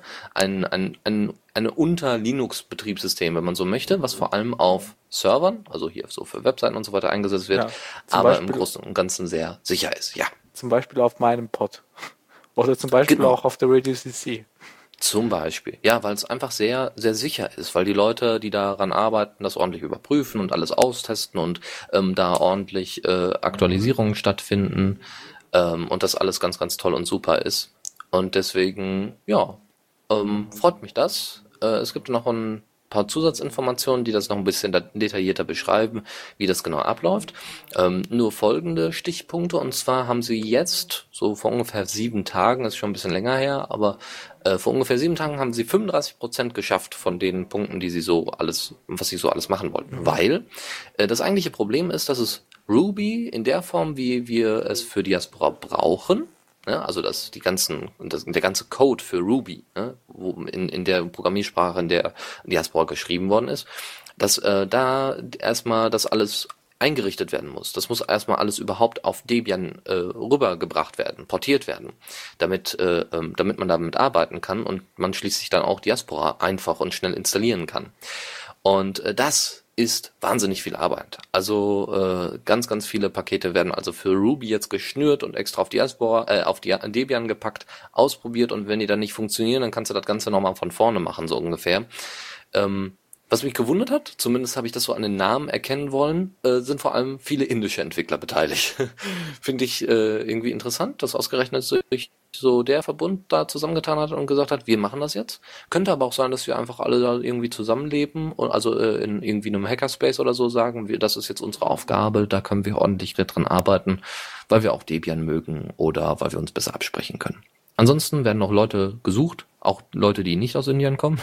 Unter-Linux-Betriebssystem, wenn man so möchte, was vor allem auf Servern, also hier so für Webseiten und so weiter eingesetzt wird, Ja, zum aber Beispiel- im Großen und Ganzen sehr sicher ist. Ja, Zum Beispiel auf meinem Pod. Oder zum Beispiel Genau. auch auf der Radio CC. zum Beispiel. Ja, weil es einfach sehr, sehr sicher ist, weil die Leute, die daran arbeiten, das ordentlich überprüfen und alles austesten und da ordentlich Aktualisierungen stattfinden und das alles ganz, ganz toll und super ist. Und deswegen, ja, freut mich das. Es gibt noch ein paar Zusatzinformationen, die das noch ein bisschen detaillierter beschreiben, wie das genau abläuft. Nur folgende Stichpunkte, und zwar haben sie jetzt, so vor ungefähr 7 Tagen, ist schon ein bisschen länger her, aber vor ungefähr 7 Tagen haben sie 35% geschafft von den Punkten, die sie so alles, was sie so alles machen wollten. Weil das eigentliche Problem ist, dass es Ruby in der Form, wie wir es für Diaspora brauchen, ne, also der ganze Code für Ruby, ne, in der Programmiersprache, in der Diaspora geschrieben worden ist, dass da erstmal das alles eingerichtet werden muss. Das muss erstmal alles überhaupt auf Debian rübergebracht werden, portiert werden, damit man damit arbeiten kann und man schließlich dann auch Diaspora einfach und schnell installieren kann. Und das ist wahnsinnig viel Arbeit. Also ganz, ganz viele Pakete werden also für Ruby jetzt geschnürt und extra auf Diaspora, auf Debian gepackt, ausprobiert und wenn die dann nicht funktionieren, dann kannst du das Ganze nochmal von vorne machen, so ungefähr. Was mich gewundert hat, zumindest habe ich das so an den Namen erkennen wollen, sind vor allem viele indische Entwickler beteiligt. Finde ich irgendwie interessant, dass ausgerechnet sich so der Verbund da zusammengetan hat und gesagt hat, wir machen das jetzt. Könnte aber auch sein, dass wir einfach alle da irgendwie zusammenleben und also in irgendwie einem Hackerspace oder so sagen, das ist jetzt unsere Aufgabe, da können wir ordentlich dran arbeiten, weil wir auch Debian mögen oder weil wir uns besser absprechen können. Ansonsten werden noch Leute gesucht, auch Leute, die nicht aus Indien kommen,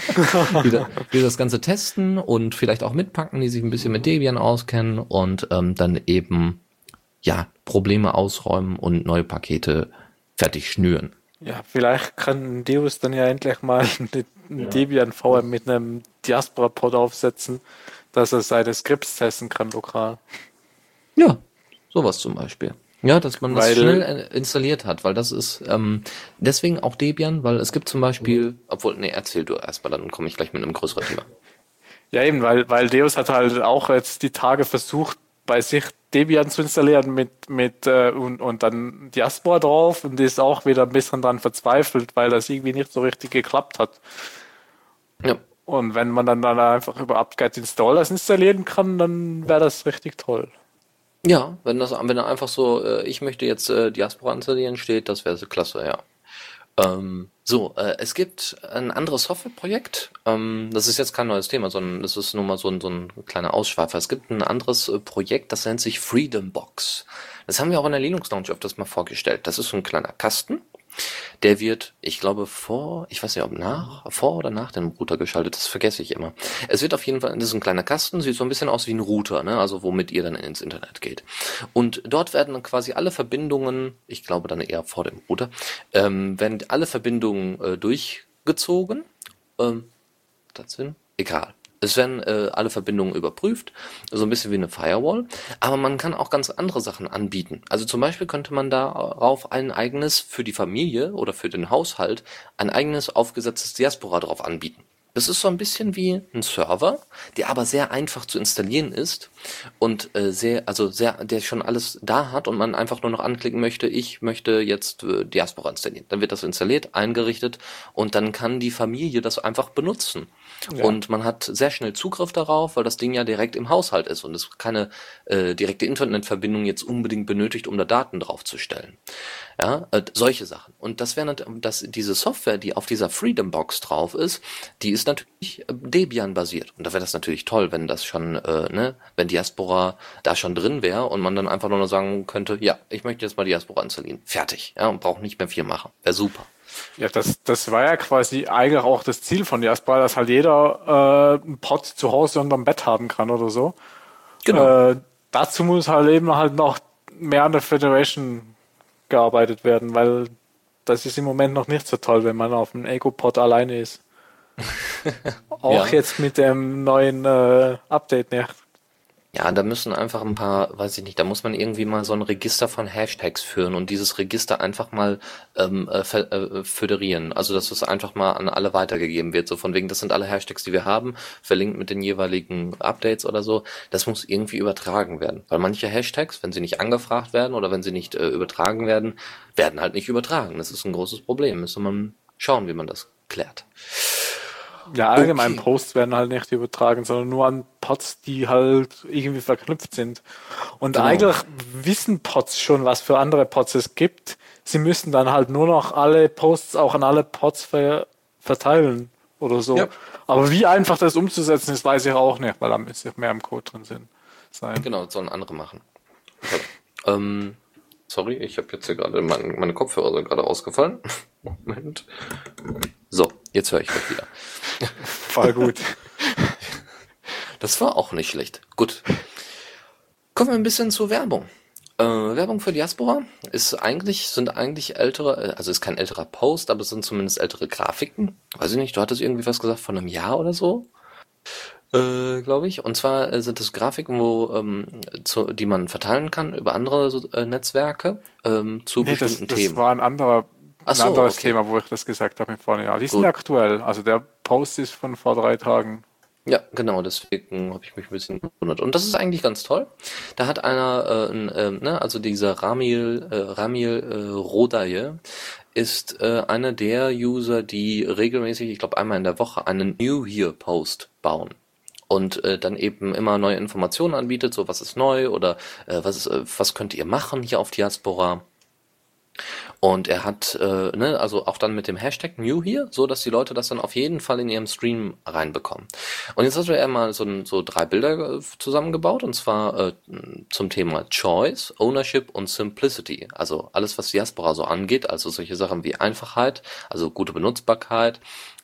die das Ganze testen und vielleicht auch mitpacken, die sich ein bisschen mit Debian auskennen und dann eben ja Probleme ausräumen und neue Pakete fertig schnüren. Ja, vielleicht kann Deus dann ja endlich mal ein Debian VM mit einem Diaspora-Pod aufsetzen, dass er seine Skripts testen kann lokal. Ja, sowas zum Beispiel. Ja, dass man das Weil- schnell installiert hat, weil das ist deswegen auch Debian, weil es gibt zum Beispiel, erzähl du erstmal, dann komme ich gleich mit einem größeren Thema. Ja, eben, weil Deus hat halt auch jetzt die Tage versucht, bei sich Debian zu installieren und dann Diaspora drauf und ist auch wieder ein bisschen dran verzweifelt, weil das irgendwie nicht so richtig geklappt hat. Ja. Und wenn man dann einfach über apt-get install das installieren kann, dann wäre das richtig toll. Ja, wenn da einfach so, ich möchte jetzt Diaspora installieren steht, das wäre so klasse, ja. Es gibt ein anderes Softwareprojekt, das ist jetzt kein neues Thema, sondern das ist nur mal so ein kleiner Ausschweifer. Es gibt ein anderes Projekt, das nennt sich Freedom Box. Das haben wir auch in der Linux Lounge öfters mal vorgestellt. Das ist so ein kleiner Kasten, der wird, ich glaube ich weiß nicht, ob vor oder nach dem Router geschaltet, das vergesse ich immer. Es wird auf jeden Fall, das ist ein kleiner Kasten, sieht so ein bisschen aus wie ein Router, ne, also womit ihr dann ins Internet geht. Und dort werden dann quasi alle Verbindungen, ich glaube dann eher vor dem Router, werden alle Verbindungen durchgezogen. Egal. Es werden alle Verbindungen überprüft, so ein bisschen wie eine Firewall, aber man kann auch ganz andere Sachen anbieten. Also zum Beispiel könnte man darauf ein eigenes für die Familie oder für den Haushalt ein eigenes aufgesetztes Diaspora drauf anbieten. Das ist so ein bisschen wie ein Server, der aber sehr einfach zu installieren ist und der schon alles da hat und man einfach nur noch anklicken möchte, ich möchte jetzt Diaspora installieren. Dann wird das installiert, eingerichtet und dann kann die Familie das einfach benutzen. Ja. Und man hat sehr schnell Zugriff darauf, weil das Ding ja direkt im Haushalt ist und es keine direkte Internetverbindung jetzt unbedingt benötigt, um da Daten draufzustellen. Ja, solche Sachen. Und das wäre diese Software, die auf dieser Freedom Box drauf ist, die ist natürlich Debian basiert. Und da wäre das natürlich toll, wenn das schon, wenn Diaspora da schon drin wäre und man dann einfach nur noch sagen könnte, ja, ich möchte jetzt mal Diaspora installieren. Fertig. Ja, und braucht nicht mehr viel machen. Wäre super. Ja, das war ja quasi eigentlich auch das Ziel von Diaspora, dass halt jeder einen Pod zu Hause unterm Bett haben kann oder so. Genau. Dazu muss halt noch mehr an der Federation gearbeitet werden, weil das ist im Moment noch nicht so toll, wenn man auf dem Ego-Pod alleine ist. Auch jetzt mit dem neuen Update nicht. Ja, da müssen einfach ein paar, weiß ich nicht, da muss man irgendwie mal so ein Register von Hashtags führen und dieses Register einfach mal föderieren. Also, dass es einfach mal an alle weitergegeben wird. So von wegen, das sind alle Hashtags, die wir haben, verlinkt mit den jeweiligen Updates oder so. Das muss irgendwie übertragen werden. Weil manche Hashtags, wenn sie nicht angefragt werden oder wenn sie nicht übertragen werden, werden halt nicht übertragen. Das ist ein großes Problem. Müsste man schauen, wie man das klärt. Ja, allgemein Posts werden halt nicht übertragen, sondern nur an Pods, die halt irgendwie verknüpft sind. Und eigentlich wissen Pods schon, was für andere Pods es gibt. Sie müssen dann halt nur noch alle Posts auch an alle Pods verteilen oder so. Ja. Aber wie einfach das umzusetzen ist, weiß ich auch nicht, weil da müsste mehr im Code drin sein. Genau, das sollen andere machen. Okay. Sorry, ich habe jetzt hier gerade meine Kopfhörer sind gerade ausgefallen. Moment. So, jetzt höre ich euch wieder. Voll gut. Das war auch nicht schlecht. Gut. Kommen wir ein bisschen zur Werbung. Werbung für Diaspora sind eigentlich ältere, also ist kein älterer Post, aber es sind zumindest ältere Grafiken. Weiß ich nicht, du hattest irgendwie was gesagt von einem Jahr oder so? Glaube ich. Und zwar sind das Grafiken, die man verteilen kann über andere Netzwerke zu bestimmten Themen. Das war ein anderes Thema, wo ich das gesagt habe vorne. Ja, die sind aktuell. Also der Post ist von vor 3 Tagen. Ja, genau, deswegen habe ich mich ein bisschen gewundert. Und das ist eigentlich ganz toll. Da hat einer, also dieser Ramil Rodaye ist einer der User, die regelmäßig, ich glaube einmal in der Woche, einen New Year Post bauen. Und dann eben immer neue Informationen anbietet, so was ist neu oder was könnt ihr machen hier auf Diaspora. Und er hat, also auch dann mit dem Hashtag New hier, so dass die Leute das dann auf jeden Fall in ihrem Stream reinbekommen. Und jetzt hat er mal so 3 Bilder zusammengebaut, und zwar zum Thema Choice, Ownership und Simplicity. Also alles, was Diaspora so angeht, also solche Sachen wie Einfachheit, also gute Benutzbarkeit,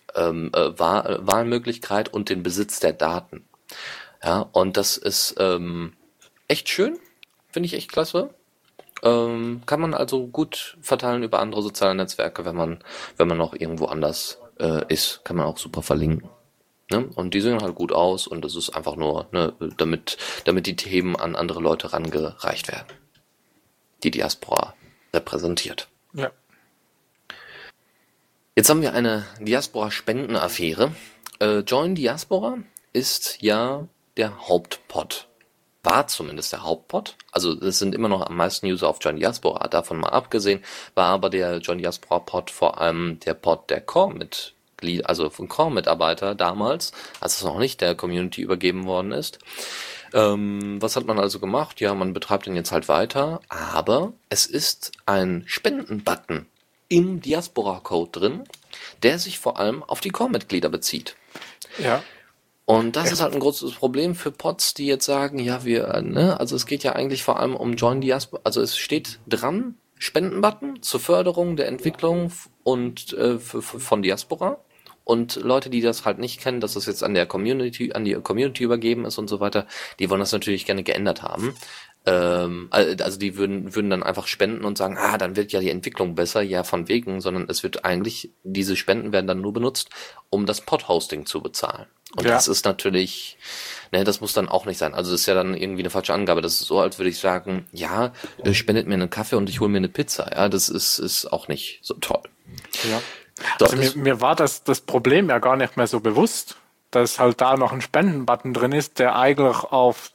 Wahlmöglichkeit und den Besitz der Daten. Ja, und das ist echt schön, finde ich echt klasse. Kann man also gut verteilen über andere soziale Netzwerke, wenn man noch irgendwo anders ist, kann man auch super verlinken. Ne? Und die sehen halt gut aus und das ist einfach nur, damit die Themen an andere Leute rangereicht werden, die Diaspora repräsentiert. Ja. Jetzt haben wir eine Diaspora-Spendenaffäre. Join Diaspora ist ja der Hauptpod. War zumindest der Hauptpod. Also es sind immer noch am meisten User auf Join Diaspora. Davon mal abgesehen, war aber der Join Diaspora Pod vor allem der Pod der Core-Mitglied, also von Core-Mitarbeiter damals, als es noch nicht der Community übergeben worden ist. Was hat man also gemacht? Ja, man betreibt den jetzt halt weiter, aber es ist ein Spenden-Button im Diaspora-Code drin, der sich vor allem auf die Core-Mitglieder bezieht. Ja. Und das ist halt ein großes Problem für Pods, die jetzt sagen, ja, also es geht ja eigentlich vor allem um Join Diaspora, also es steht dran, Spendenbutton zur Förderung der Entwicklung und von Diaspora. Und Leute, die das halt nicht kennen, dass das jetzt an die Community übergeben ist und so weiter, die wollen das natürlich gerne geändert haben. Also die würden dann einfach spenden und sagen, dann wird ja die Entwicklung besser, ja von wegen, sondern es wird eigentlich, diese Spenden werden dann nur benutzt, um das Pod-Hosting zu bezahlen. Und Ja. das ist natürlich, ne, das muss dann auch nicht sein. Also das ist ja dann irgendwie eine falsche Angabe. Das ist so, als würde ich sagen, ja, spendet mir einen Kaffee und ich hole mir eine Pizza. Ja, das ist auch nicht so toll. Ja. Doch, Also mir war das Problem ja gar nicht mehr so bewusst, dass halt da noch ein Spendenbutton drin ist, der eigentlich auf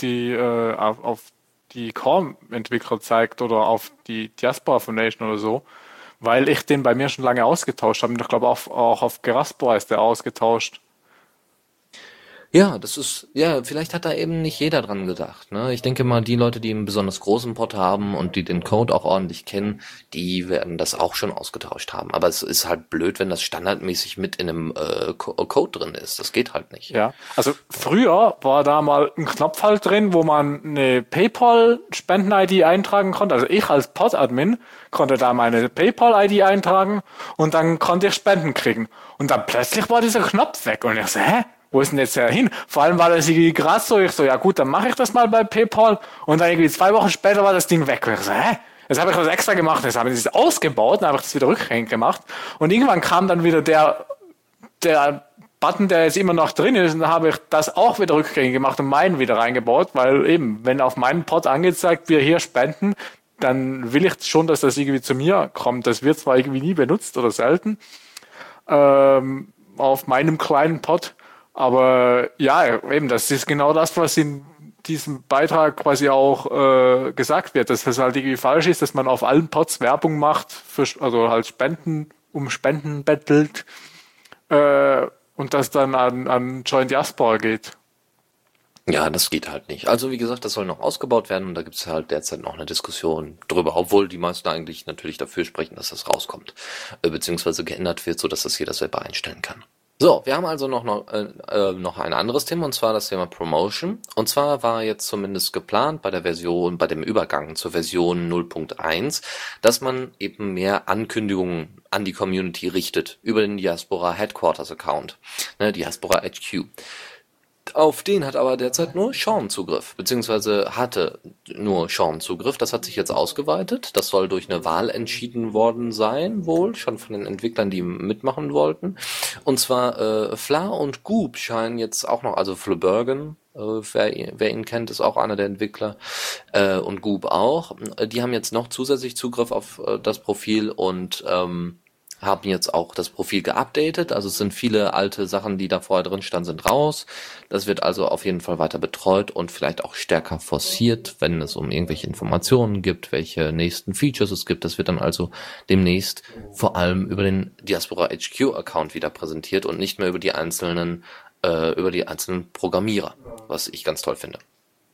die Core-Entwickler zeigt oder auf die Diaspora Foundation oder so, weil ich den bei mir schon lange ausgetauscht habe. Und ich glaube auch auf Geraspora ist der ausgetauscht. ja, das ist, ja, vielleicht hat da eben nicht jeder dran gedacht, ne? Ich denke mal, die Leute, die einen besonders großen Pod haben und die den Code auch ordentlich kennen, die werden das auch schon ausgetauscht haben. Aber es ist halt blöd, wenn das standardmäßig mit in einem Code drin ist. Das geht halt nicht. Ja, also früher war da mal ein Knopf halt drin, wo man eine PayPal-Spenden-ID eintragen konnte. Also ich als Pod-Admin konnte da meine PayPal-ID eintragen und dann konnte ich Spenden kriegen. Und dann plötzlich war dieser Knopf weg und ich so, hä? Wo ist denn jetzt der hin? Vor allem war das irgendwie krass so. Ich so, ja gut, dann mache ich das mal bei PayPal. Und dann irgendwie 2 Wochen später war das Ding weg. Und ich so, hä? Jetzt habe ich was extra gemacht. Jetzt habe ich das ausgebaut, dann habe ich das wieder rückgängig gemacht. Und irgendwann kam dann wieder der Button, der jetzt immer noch drin ist, und dann habe ich das auch wieder rückgängig gemacht und meinen wieder reingebaut, weil eben, wenn auf meinem Pod angezeigt wir hier spenden, dann will ich schon, dass das irgendwie zu mir kommt. Das wird zwar irgendwie nie benutzt oder selten auf meinem kleinen Pod, aber ja, eben, das ist genau das, was in diesem Beitrag quasi auch gesagt wird, dass das halt irgendwie falsch ist, dass man auf allen Pods Werbung macht, also halt Spenden, um Spenden bettelt, und das dann an Join Diaspora geht. Ja, das geht halt nicht. Also wie gesagt, das soll noch ausgebaut werden und da gibt es halt derzeit noch eine Diskussion drüber, obwohl die meisten eigentlich natürlich dafür sprechen, dass das rauskommt, beziehungsweise geändert wird, sodass das jeder selber einstellen kann. So, wir haben also noch ein anderes Thema, und zwar das Thema Promotion. Und zwar war jetzt zumindest geplant bei dem Übergang zur Version 0.1, dass man eben mehr Ankündigungen an die Community richtet über den Diaspora Headquarters Account, ne, Diaspora HQ. Auf den hat aber derzeit nur Sean Zugriff, beziehungsweise hatte nur Sean Zugriff. Das hat sich jetzt ausgeweitet. Das soll durch eine Wahl entschieden worden sein, wohl, schon von den Entwicklern, die mitmachen wollten. Und zwar Fla und Goop scheinen jetzt auch noch, also Flabergen, wer ihn kennt, ist auch einer der Entwickler, und Goop auch. Die haben jetzt noch zusätzlich Zugriff auf das Profil und haben jetzt auch das Profil geupdatet, also es sind viele alte Sachen, die da vorher drin standen, sind raus. Das wird also auf jeden Fall weiter betreut und vielleicht auch stärker forciert, wenn es um irgendwelche Informationen gibt, welche nächsten Features es gibt. Das wird dann also demnächst vor allem über den Diaspora HQ Account wieder präsentiert und nicht mehr über die einzelnen Programmierer, was ich ganz toll finde.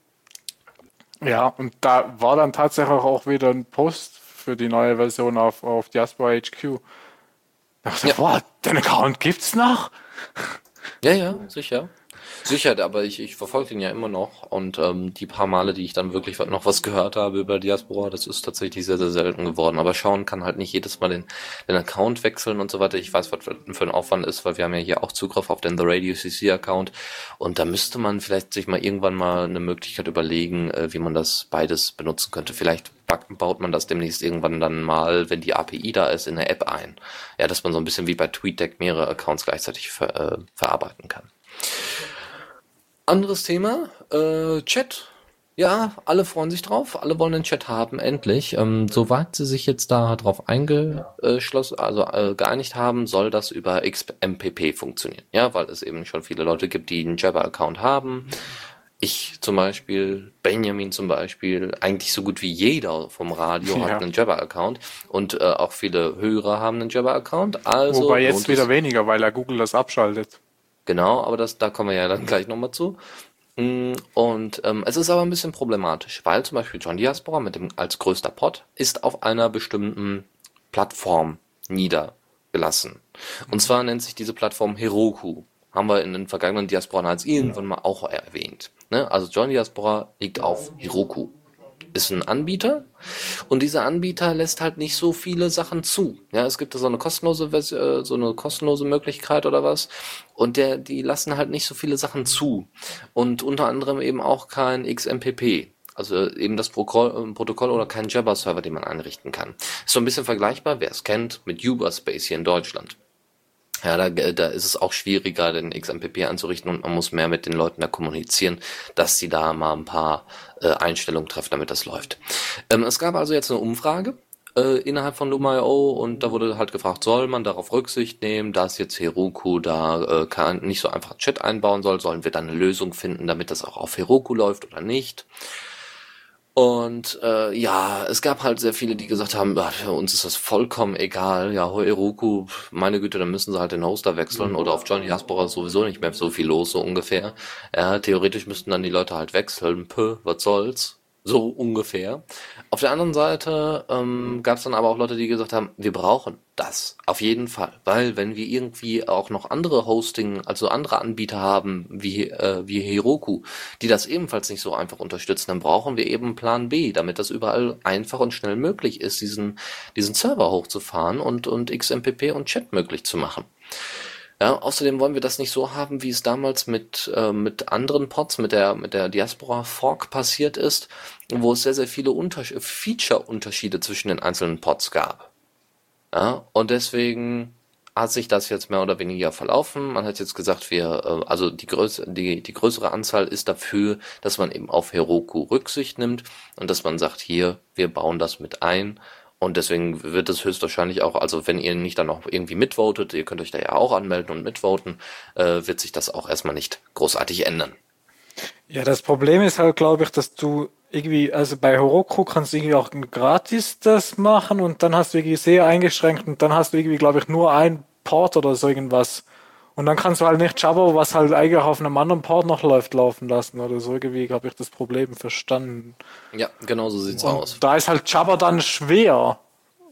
Ja, und da war dann tatsächlich auch wieder ein Post für die neue Version auf Diaspora HQ. Ich dachte, boah, den Account gibt's noch? Ja, sicher. Sicher, aber ich verfolge den ja immer noch und die paar Male, die ich dann wirklich noch was gehört habe über Diaspora, das ist tatsächlich sehr, sehr selten geworden. Aber schauen kann halt nicht jedes Mal den Account wechseln und so weiter. Ich weiß, was für ein Aufwand ist, weil wir haben ja hier auch Zugriff auf den The Radio CC Account und da müsste man vielleicht sich mal irgendwann mal eine Möglichkeit überlegen, wie man das beides benutzen könnte. Vielleicht baut man das demnächst irgendwann dann mal, wenn die API da ist, in eine App ein. Ja, dass man so ein bisschen wie bei TweetDeck mehrere Accounts gleichzeitig verarbeiten kann. Anderes Thema, Chat. Ja, alle freuen sich drauf, alle wollen den Chat haben, endlich. Soweit sie sich jetzt da drauf geeinigt haben, soll das über XMPP funktionieren. Ja, weil es eben schon viele Leute gibt, die einen Jabber-Account haben. Ich zum Beispiel, Benjamin zum Beispiel, eigentlich so gut wie jeder vom Radio hat einen Jabber-Account und auch viele Hörer haben einen Jabber-Account. Also wobei jetzt wieder weniger, weil er Google das abschaltet. Genau, aber da kommen wir ja dann gleich nochmal zu. Und es ist aber ein bisschen problematisch, weil zum Beispiel Join Diaspora als größter Pod ist auf einer bestimmten Plattform niedergelassen. Und zwar nennt sich diese Plattform Heroku. Haben wir in den vergangenen Diaspora-Nights irgendwann mal auch erwähnt. Ne? Also Join Diaspora liegt auf Heroku. Ist ein Anbieter und dieser Anbieter lässt halt nicht so viele Sachen zu. Ja, es gibt da so eine kostenlose Möglichkeit oder was und die lassen halt nicht so viele Sachen zu und unter anderem eben auch kein XMPP. Also eben das Protokoll oder kein Jabber-Server, den man einrichten kann. Ist so ein bisschen vergleichbar, wer es kennt, mit Uberspace hier in Deutschland. Ja, da ist es auch schwieriger, den XMPP anzurichten und man muss mehr mit den Leuten da kommunizieren, dass sie da mal ein paar Einstellungen treffen, damit das läuft. Es gab also jetzt eine Umfrage innerhalb von Loom.io und da wurde halt gefragt, soll man darauf Rücksicht nehmen, dass jetzt Heroku da nicht so einfach Chat einbauen soll, sollen wir dann eine Lösung finden, damit das auch auf Heroku läuft oder nicht? Und ja, es gab halt sehr viele, die gesagt haben, für uns ist das vollkommen egal. Ja, Heroku, meine Güte, dann müssen sie halt den Hoster wechseln oder auf Johnny Diaspora ist sowieso nicht mehr so viel los, so ungefähr. Ja, theoretisch müssten dann die Leute halt wechseln. Was soll's? So ungefähr. Auf der anderen Seite gab es dann aber auch Leute, die gesagt haben, wir brauchen das auf jeden Fall, weil wenn wir irgendwie auch noch andere Hosting, also andere Anbieter haben, wie Heroku, die das ebenfalls nicht so einfach unterstützen, dann brauchen wir eben Plan B, damit das überall einfach und schnell möglich ist, diesen Server hochzufahren und XMPP und Chat möglich zu machen. Ja, außerdem wollen wir das nicht so haben, wie es damals mit anderen Pods, mit der Diaspora Fork passiert ist, wo es sehr, sehr viele Feature-Unterschiede zwischen den einzelnen Pods gab. Ja, und deswegen hat sich das jetzt mehr oder weniger verlaufen. Man hat jetzt gesagt, also die größere Anzahl ist dafür, dass man eben auf Heroku Rücksicht nimmt und dass man sagt, hier, wir bauen das mit ein. Und deswegen wird es höchstwahrscheinlich auch, also wenn ihr nicht dann noch irgendwie mitvotet, ihr könnt euch da ja auch anmelden und mitvoten, wird sich das auch erstmal nicht großartig ändern. Ja, das Problem ist halt, glaube ich, dass du irgendwie, also bei Heroku kannst du irgendwie auch gratis das machen und dann hast du irgendwie sehr eingeschränkt und dann hast du irgendwie, glaube ich, nur ein Port oder so irgendwas. Und dann kannst du halt nicht Jabber, was halt eigentlich auf einem anderen Port noch läuft, laufen lassen oder so. Irgendwie habe ich das Problem verstanden. Ja, genau so sieht's Und aus. da ist halt Jabber dann schwer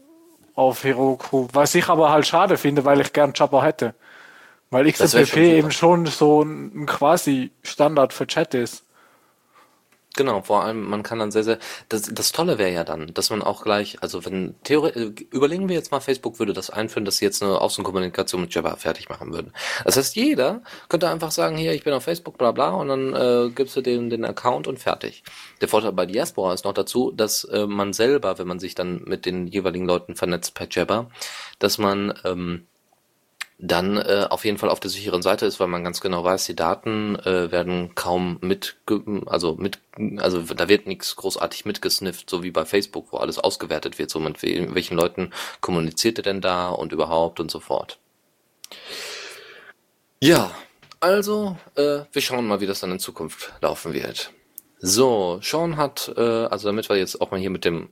auf Heroku, was ich aber halt schade finde, weil ich gern Jabber hätte. Weil Das wäre schon XMPP super. eben schon so ein quasi Standard für Chat ist. Genau, vor allem, man kann dann das Tolle wäre ja dann, dass man auch gleich, also überlegen wir jetzt mal, Facebook würde das einführen, dass sie jetzt eine Außenkommunikation mit Jabber fertig machen würden. Das heißt, jeder könnte einfach sagen, hier, ich bin auf Facebook, bla bla, und dann gibst du den Account und fertig. Der Vorteil bei Diaspora ist noch dazu, dass man selber, wenn man sich dann mit den jeweiligen Leuten vernetzt per Jabber, dass man dann auf jeden Fall auf der sicheren Seite ist, weil man ganz genau weiß, die Daten werden kaum also da wird nichts großartig mitgesnifft, so wie bei Facebook, wo alles ausgewertet wird, so mit welchen Leuten kommuniziert ihr denn da und überhaupt und so fort. Ja, also wir schauen mal, wie das dann in Zukunft laufen wird. So, Sean hat, also damit wir jetzt auch mal hier mit dem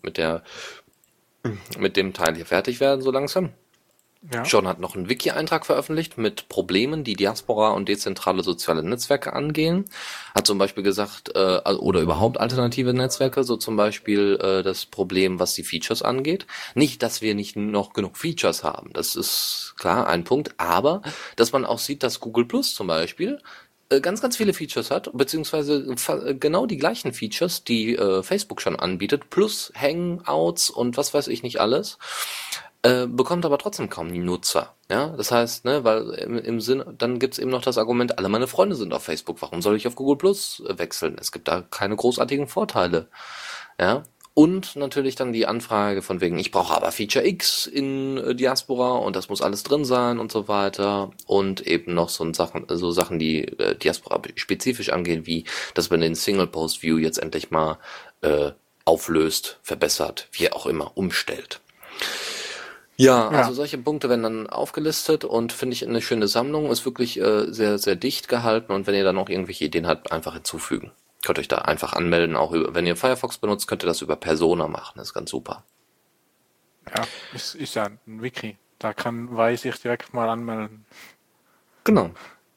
Teil hier fertig werden, so langsam. Ja. John hat noch einen Wiki-Eintrag veröffentlicht mit Problemen, die Diaspora und dezentrale soziale Netzwerke angehen. Hat zum Beispiel gesagt, oder überhaupt alternative Netzwerke, so zum Beispiel das Problem, was die Features angeht. Nicht, dass wir nicht noch genug Features haben, das ist klar ein Punkt, aber dass man auch sieht, dass Google Plus zum Beispiel ganz, ganz viele Features hat, beziehungsweise genau die gleichen Features, die Facebook schon anbietet, plus Hangouts und was weiß ich nicht alles. Bekommt aber trotzdem kaum die Nutzer. Ja, das heißt, ne, weil im Sinn, dann gibt's eben noch das Argument, alle meine Freunde sind auf Facebook, warum soll ich auf Google Plus wechseln? Es gibt da keine großartigen Vorteile. Ja, und natürlich dann die Anfrage von wegen, ich brauche aber Feature X in Diaspora und das muss alles drin sein und so weiter. Und eben noch so Sachen, die Diaspora spezifisch angehen, wie, dass man den Single Post View jetzt endlich mal auflöst, verbessert, wie auch immer, umstellt. Ja, also solche Punkte werden dann aufgelistet und finde ich eine schöne Sammlung, ist wirklich sehr, sehr dicht gehalten und wenn ihr dann noch irgendwelche Ideen habt, einfach hinzufügen. Könnt euch da einfach anmelden, auch wenn ihr Firefox benutzt, könnt ihr das über Persona machen, das ist ganz super. Ja, ist ja ein Wiki. Weiß ich direkt mal anmelden. Genau.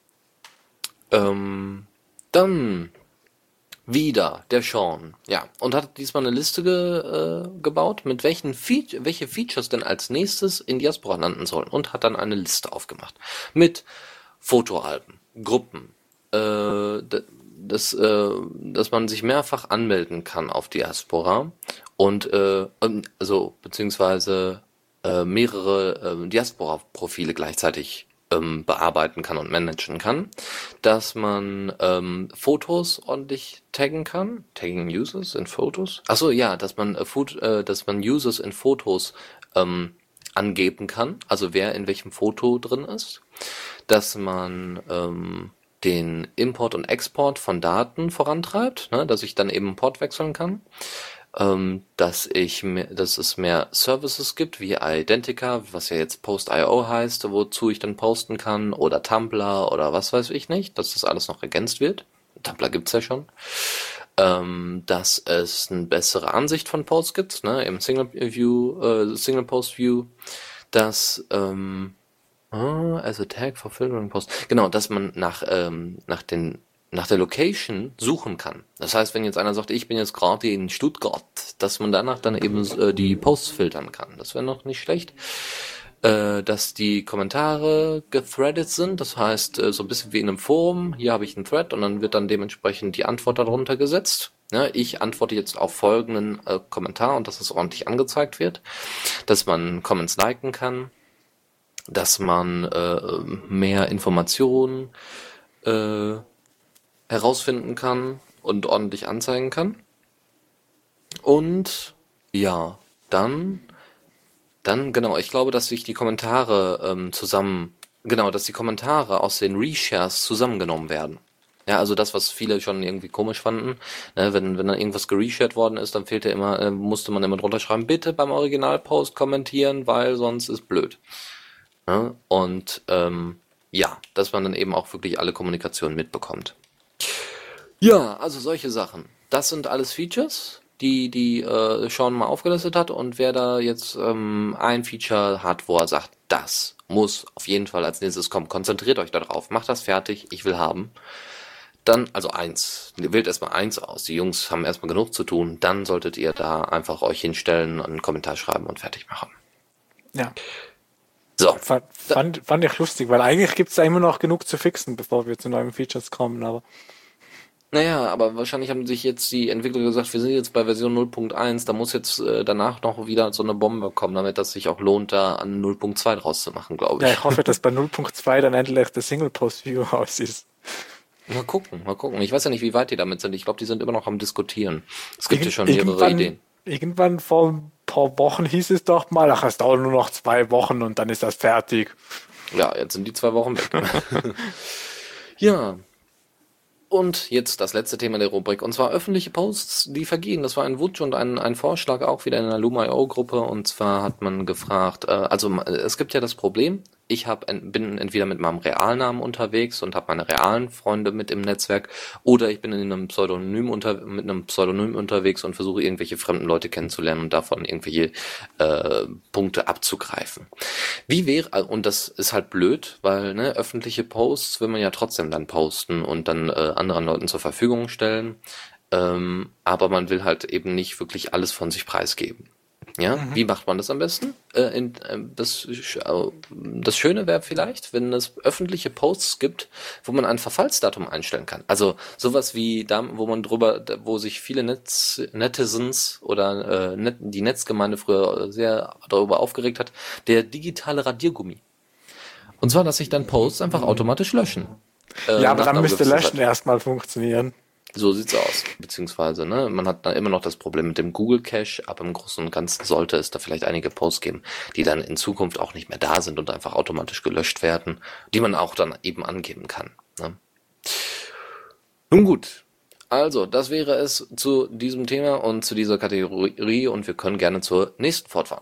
Dann wieder der Sean, ja, und hat diesmal eine Liste gebaut, mit welche Features denn als nächstes in Diaspora landen sollen und hat dann eine Liste aufgemacht mit Fotoalben, Gruppen, dass man sich mehrfach anmelden kann auf Diaspora und also beziehungsweise mehrere Diaspora-Profile gleichzeitig bearbeiten kann und managen kann, dass man Fotos ordentlich taggen kann, tagging Users in Fotos. Achso, ja, dass man Users in Fotos angeben kann, also wer in welchem Foto drin ist. dass man den Import und Export von Daten vorantreibt, ne, dass ich dann eben einen Port wechseln kann, dass es mehr Services gibt, wie Identica, was ja jetzt Post.io heißt, wozu ich dann posten kann, oder Tumblr oder was weiß ich nicht, dass das alles noch ergänzt wird. Tumblr gibt's ja schon. Dass es eine bessere Ansicht von Posts gibt, ne, im Single Post View, dass as a tag for filtering post, genau, dass man nach der Location suchen kann. Das heißt, wenn jetzt einer sagt, ich bin jetzt gerade in Stuttgart, dass man danach dann eben die Posts filtern kann. Das wäre noch nicht schlecht. Dass die Kommentare gethreadet sind, das heißt, so ein bisschen wie in einem Forum, hier habe ich einen Thread und dann wird dann dementsprechend die Antwort darunter gesetzt. Ja, ich antworte jetzt auf folgenden Kommentar und dass es ordentlich angezeigt wird, dass man Comments liken kann, dass man mehr Informationen herausfinden kann und ordentlich anzeigen kann. Und ja, dann genau, ich glaube, dass sich die Kommentare dass die Kommentare aus den Reshares zusammengenommen werden. Ja, also das, was viele schon irgendwie komisch fanden, ne, wenn dann irgendwas gereshared worden ist, dann musste man immer drunter schreiben, bitte beim Originalpost kommentieren, weil sonst ist blöd. Ja, und dass man dann eben auch wirklich alle Kommunikationen mitbekommt. Ja, also solche Sachen. Das sind alles Features, die Sean mal aufgelistet hat, und wer da jetzt ein Feature hat, wo er sagt, das muss auf jeden Fall als nächstes kommen, konzentriert euch darauf, macht das fertig, ich will haben. Dann, also wählt erstmal eins aus, die Jungs haben erstmal genug zu tun, dann solltet ihr da einfach euch hinstellen, einen Kommentar schreiben und fertig machen. Ja. So. Fand ich lustig, weil eigentlich gibt's da immer noch genug zu fixen, bevor wir zu neuen Features kommen, aber Naja, aber wahrscheinlich haben sich jetzt die Entwickler gesagt, wir sind jetzt bei Version 0.1, da muss jetzt danach noch wieder so eine Bombe kommen, damit das sich auch lohnt, da an 0.2 draus zu machen, glaube ich. ja, ich hoffe, dass bei 0.2 dann endlich der Single-Post-View raus ist. Mal gucken. Ich weiß ja nicht, wie weit die damit sind. Ich glaube, die sind immer noch am Diskutieren. Es gibt ja schon mehrere Ideen. Irgendwann vor ein paar Wochen hieß es doch mal, es dauert nur noch 2 Wochen und dann ist das fertig. Ja, jetzt sind die 2 Wochen weg. Ja. Und jetzt das letzte Thema der Rubrik, und zwar öffentliche Posts, die vergehen. Das war ein Wunsch und ein Vorschlag auch wieder in der Loom.io-Gruppe, und zwar hat man gefragt, es gibt ja das Problem, ich bin entweder mit meinem Realnamen unterwegs und habe meine realen Freunde mit im Netzwerk, oder ich bin mit einem Pseudonym unterwegs und versuche irgendwelche fremden Leute kennenzulernen und davon irgendwelche Punkte abzugreifen. Und das ist halt blöd, weil öffentliche Posts will man ja trotzdem dann posten und dann anderen Leuten zur Verfügung stellen, aber man will halt eben nicht wirklich alles von sich preisgeben. Ja, Wie macht man das am besten? Das Schöne wäre vielleicht, wenn es öffentliche Posts gibt, wo man ein Verfallsdatum einstellen kann. Also sowas wie da, wo sich viele Netizens oder die Netzgemeinde früher sehr darüber aufgeregt hat, der digitale Radiergummi. Und zwar, dass sich dann Posts einfach automatisch löschen. Ja, aber dann müsste Löschen erstmal funktionieren. So sieht's aus. Beziehungsweise, man hat da immer noch das Problem mit dem Google Cache, aber im Großen und Ganzen sollte es da vielleicht einige Posts geben, die dann in Zukunft auch nicht mehr da sind und einfach automatisch gelöscht werden, die man auch dann eben angeben kann. Ne? Nun gut. Also, das wäre es zu diesem Thema und zu dieser Kategorie, und wir können gerne zur nächsten fortfahren.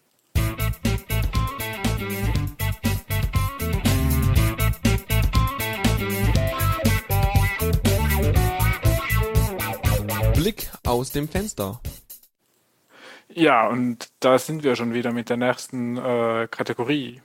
Blick aus dem Fenster. Ja, und da sind wir schon wieder mit der nächsten Kategorie.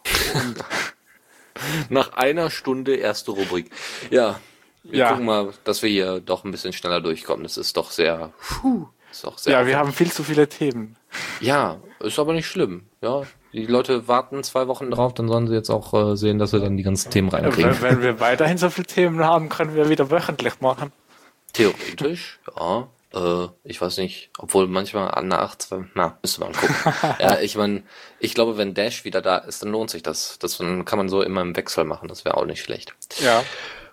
Nach einer Stunde erste Rubrik. Ja, wir gucken mal, dass wir hier doch ein bisschen schneller durchkommen. Das ist doch sehr... Ja, wir haben viel zu viele Themen. Ja, ist aber nicht schlimm. Ja, die Leute warten 2 Wochen drauf, dann sollen sie jetzt auch sehen, dass sie dann die ganzen Themen reinkriegen. Wenn wir weiterhin so viele Themen haben, können wir wieder wöchentlich machen. Theoretisch, ja. Ich weiß nicht, obwohl manchmal müsste man gucken. Ja, ich glaube, wenn Dash wieder da ist, dann lohnt sich das. Dann kann man so immer im Wechsel machen, das wäre auch nicht schlecht. Ja.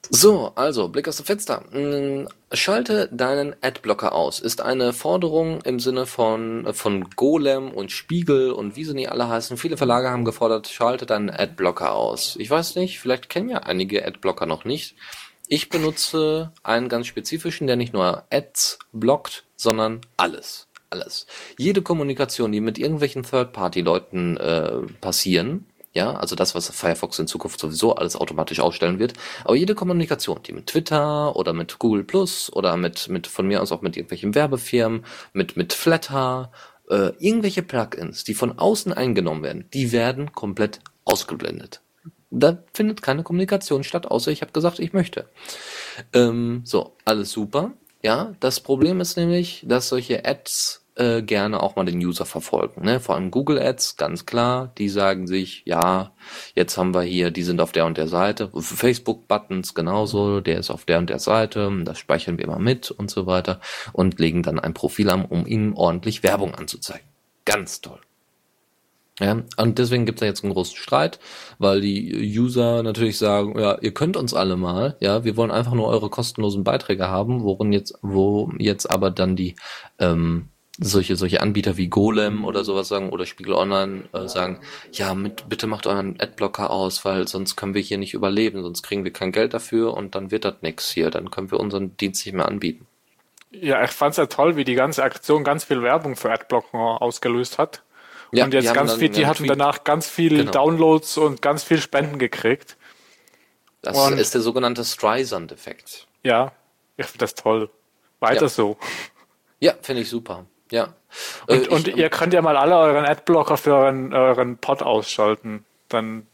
So, also, Blick aus dem Fenster. Schalte deinen Adblocker aus. Ist eine Forderung im Sinne von Golem und Spiegel und wie sie nicht alle heißen. Viele Verlage haben gefordert, schalte deinen Adblocker aus. Ich weiß nicht, vielleicht kennen ja einige Adblocker noch nicht. Ich benutze einen ganz spezifischen, der nicht nur Ads blockt, sondern alles. Alles. Jede Kommunikation, die mit irgendwelchen Third-Party-Leuten passieren, ja, also das, was Firefox in Zukunft sowieso alles automatisch ausstellen wird. Aber jede Kommunikation, die mit Twitter oder mit Google Plus oder mit von mir aus auch mit irgendwelchen Werbefirmen, mit Flatter, irgendwelche Plugins, die von außen eingenommen werden, die werden komplett ausgeblendet. Da findet keine Kommunikation statt, außer ich habe gesagt, ich möchte. So, alles super. Ja, das Problem ist nämlich, dass solche Ads gerne auch mal den User verfolgen, ne? Vor allem Google Ads, ganz klar, die sagen sich, ja, jetzt haben wir hier, die sind auf der und der Seite, Facebook Buttons genauso, der ist auf der und der Seite, das speichern wir mal mit und so weiter und legen dann ein Profil an, um ihnen ordentlich Werbung anzuzeigen. Ganz toll. Ja, und deswegen gibt's da jetzt einen großen Streit, weil die User natürlich sagen, ja, ihr könnt uns alle mal, ja, wir wollen einfach nur eure kostenlosen Beiträge haben, wo jetzt aber dann die solche Anbieter wie Golem oder sowas sagen oder Spiegel Online sagen, ja, bitte macht euren Adblocker aus, weil sonst können wir hier nicht überleben, sonst kriegen wir kein Geld dafür und dann wird das nix hier, dann können wir unseren Dienst nicht mehr anbieten. Ja, ich fand's ja toll, wie die ganze Aktion ganz viel Werbung für Adblocker ausgelöst hat. Ja, und jetzt die hatten danach ganz viel Downloads und ganz viel Spenden gekriegt. Das ist der sogenannte Streisand-Effekt. Ja, ich finde das toll. Weiter so. Ja, finde ich super. Ja. Und ihr könnt ja mal alle euren Adblocker für euren Pod ausschalten. Dann.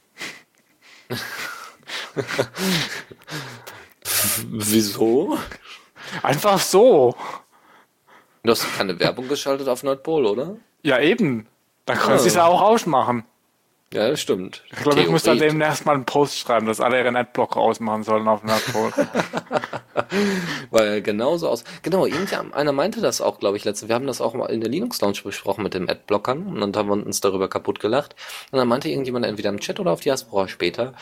Wieso? Einfach so. Du hast keine Werbung geschaltet auf Nordpol, oder? Ja, eben. Dann können sie es ja auch ausmachen. Ja, das stimmt. Ich glaube, ich muss da demnächst mal einen Post schreiben, dass alle ihren Adblocker ausmachen sollen auf Nordpol. Weil genauso aus. Genau, einer meinte das auch, glaube ich, letztens. Wir haben das auch mal in der Linux Lounge besprochen mit den Adblockern und dann haben wir uns darüber kaputt gelacht. Und dann meinte irgendjemand entweder im Chat oder auf Diaspora später,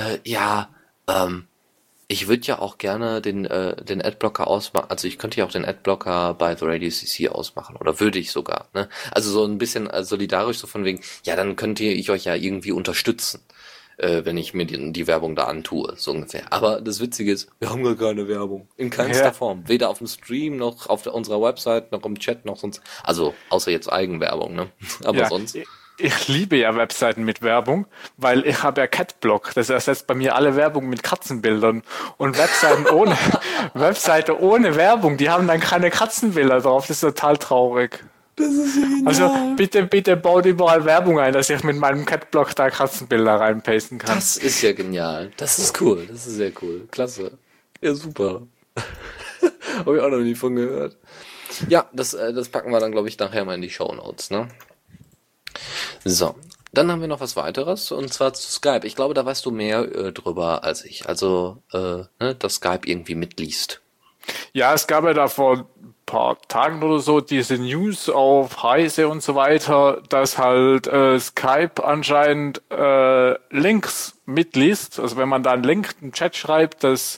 ich würde ja auch gerne den Adblocker ausmachen, also ich könnte ja auch den Adblocker bei The Radio CC ausmachen, oder würde ich sogar, ne? Also so ein bisschen solidarisch, so von wegen, ja, dann könnte ich euch ja irgendwie unterstützen, wenn ich mir die Werbung da antue, so ungefähr. Aber das Witzige ist, wir haben gar keine Werbung. In keinster Form. Weder auf dem Stream, noch auf unserer Website, noch im Chat, noch sonst. Also, außer jetzt Eigenwerbung, ne? Aber sonst. Ich liebe ja Webseiten mit Werbung, weil ich habe ja Catblock. Das ersetzt bei mir alle Werbung mit Katzenbildern. Und Webseite ohne Werbung, die haben dann keine Katzenbilder drauf. Das ist total traurig. Das ist ja genial. Also bitte baut überall Werbung ein, dass ich mit meinem Catblock da Katzenbilder reinpasten kann. Das ist ja genial. Das ist cool. Das ist sehr cool. Klasse. Ja, super. Habe ich auch noch nie von gehört. Ja, das packen wir dann, glaube ich, nachher mal in die Shownotes, ne? So, dann haben wir noch was weiteres, und zwar zu Skype. Ich glaube, da weißt du mehr drüber als ich. Also, dass Skype irgendwie mitliest. Ja, es gab ja da vor ein paar Tagen oder so diese News auf Heise und so weiter, dass halt Skype anscheinend Links mitliest. Also wenn man da einen Link im Chat schreibt, dass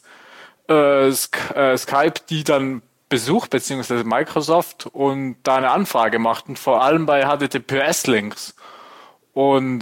Skype die dann besucht, beziehungsweise Microsoft, und da eine Anfrage macht, und vor allem bei HTTPS-Links. Und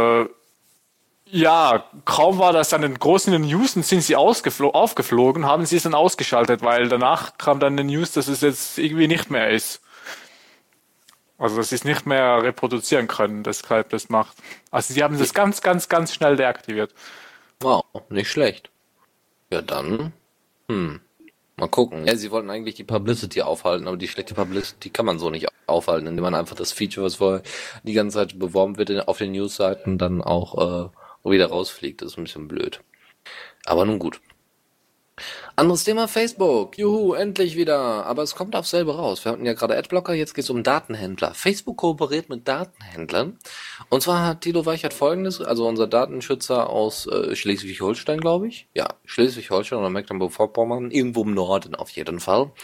kaum war das dann in großen News, und sind sie aufgeflogen, haben sie es dann ausgeschaltet, weil danach kam dann eine News, dass es jetzt irgendwie nicht mehr ist. Also dass sie es nicht mehr reproduzieren können, dass Skype das macht. Also sie haben das ganz, ganz, ganz schnell deaktiviert. Wow, nicht schlecht. Ja, dann, mal gucken. Ja, sie wollten eigentlich die Publicity aufhalten, aber die schlechte Publicity kann man so nicht aufhalten, indem man einfach das Feature, was vorher die ganze Zeit beworben wird auf den Newsseiten, dann auch wieder rausfliegt. Das ist ein bisschen blöd. Aber nun gut. Anderes Thema, Facebook. Juhu, endlich wieder. Aber es kommt aufs selbe raus. Wir hatten ja gerade Adblocker, jetzt geht es um Datenhändler. Facebook kooperiert mit Datenhändlern. Und zwar hat Thilo Weichert Folgendes, also unser Datenschützer aus Schleswig-Holstein, glaube ich. Ja, Schleswig-Holstein oder Mecklenburg-Vorpommern, irgendwo im Norden auf jeden Fall.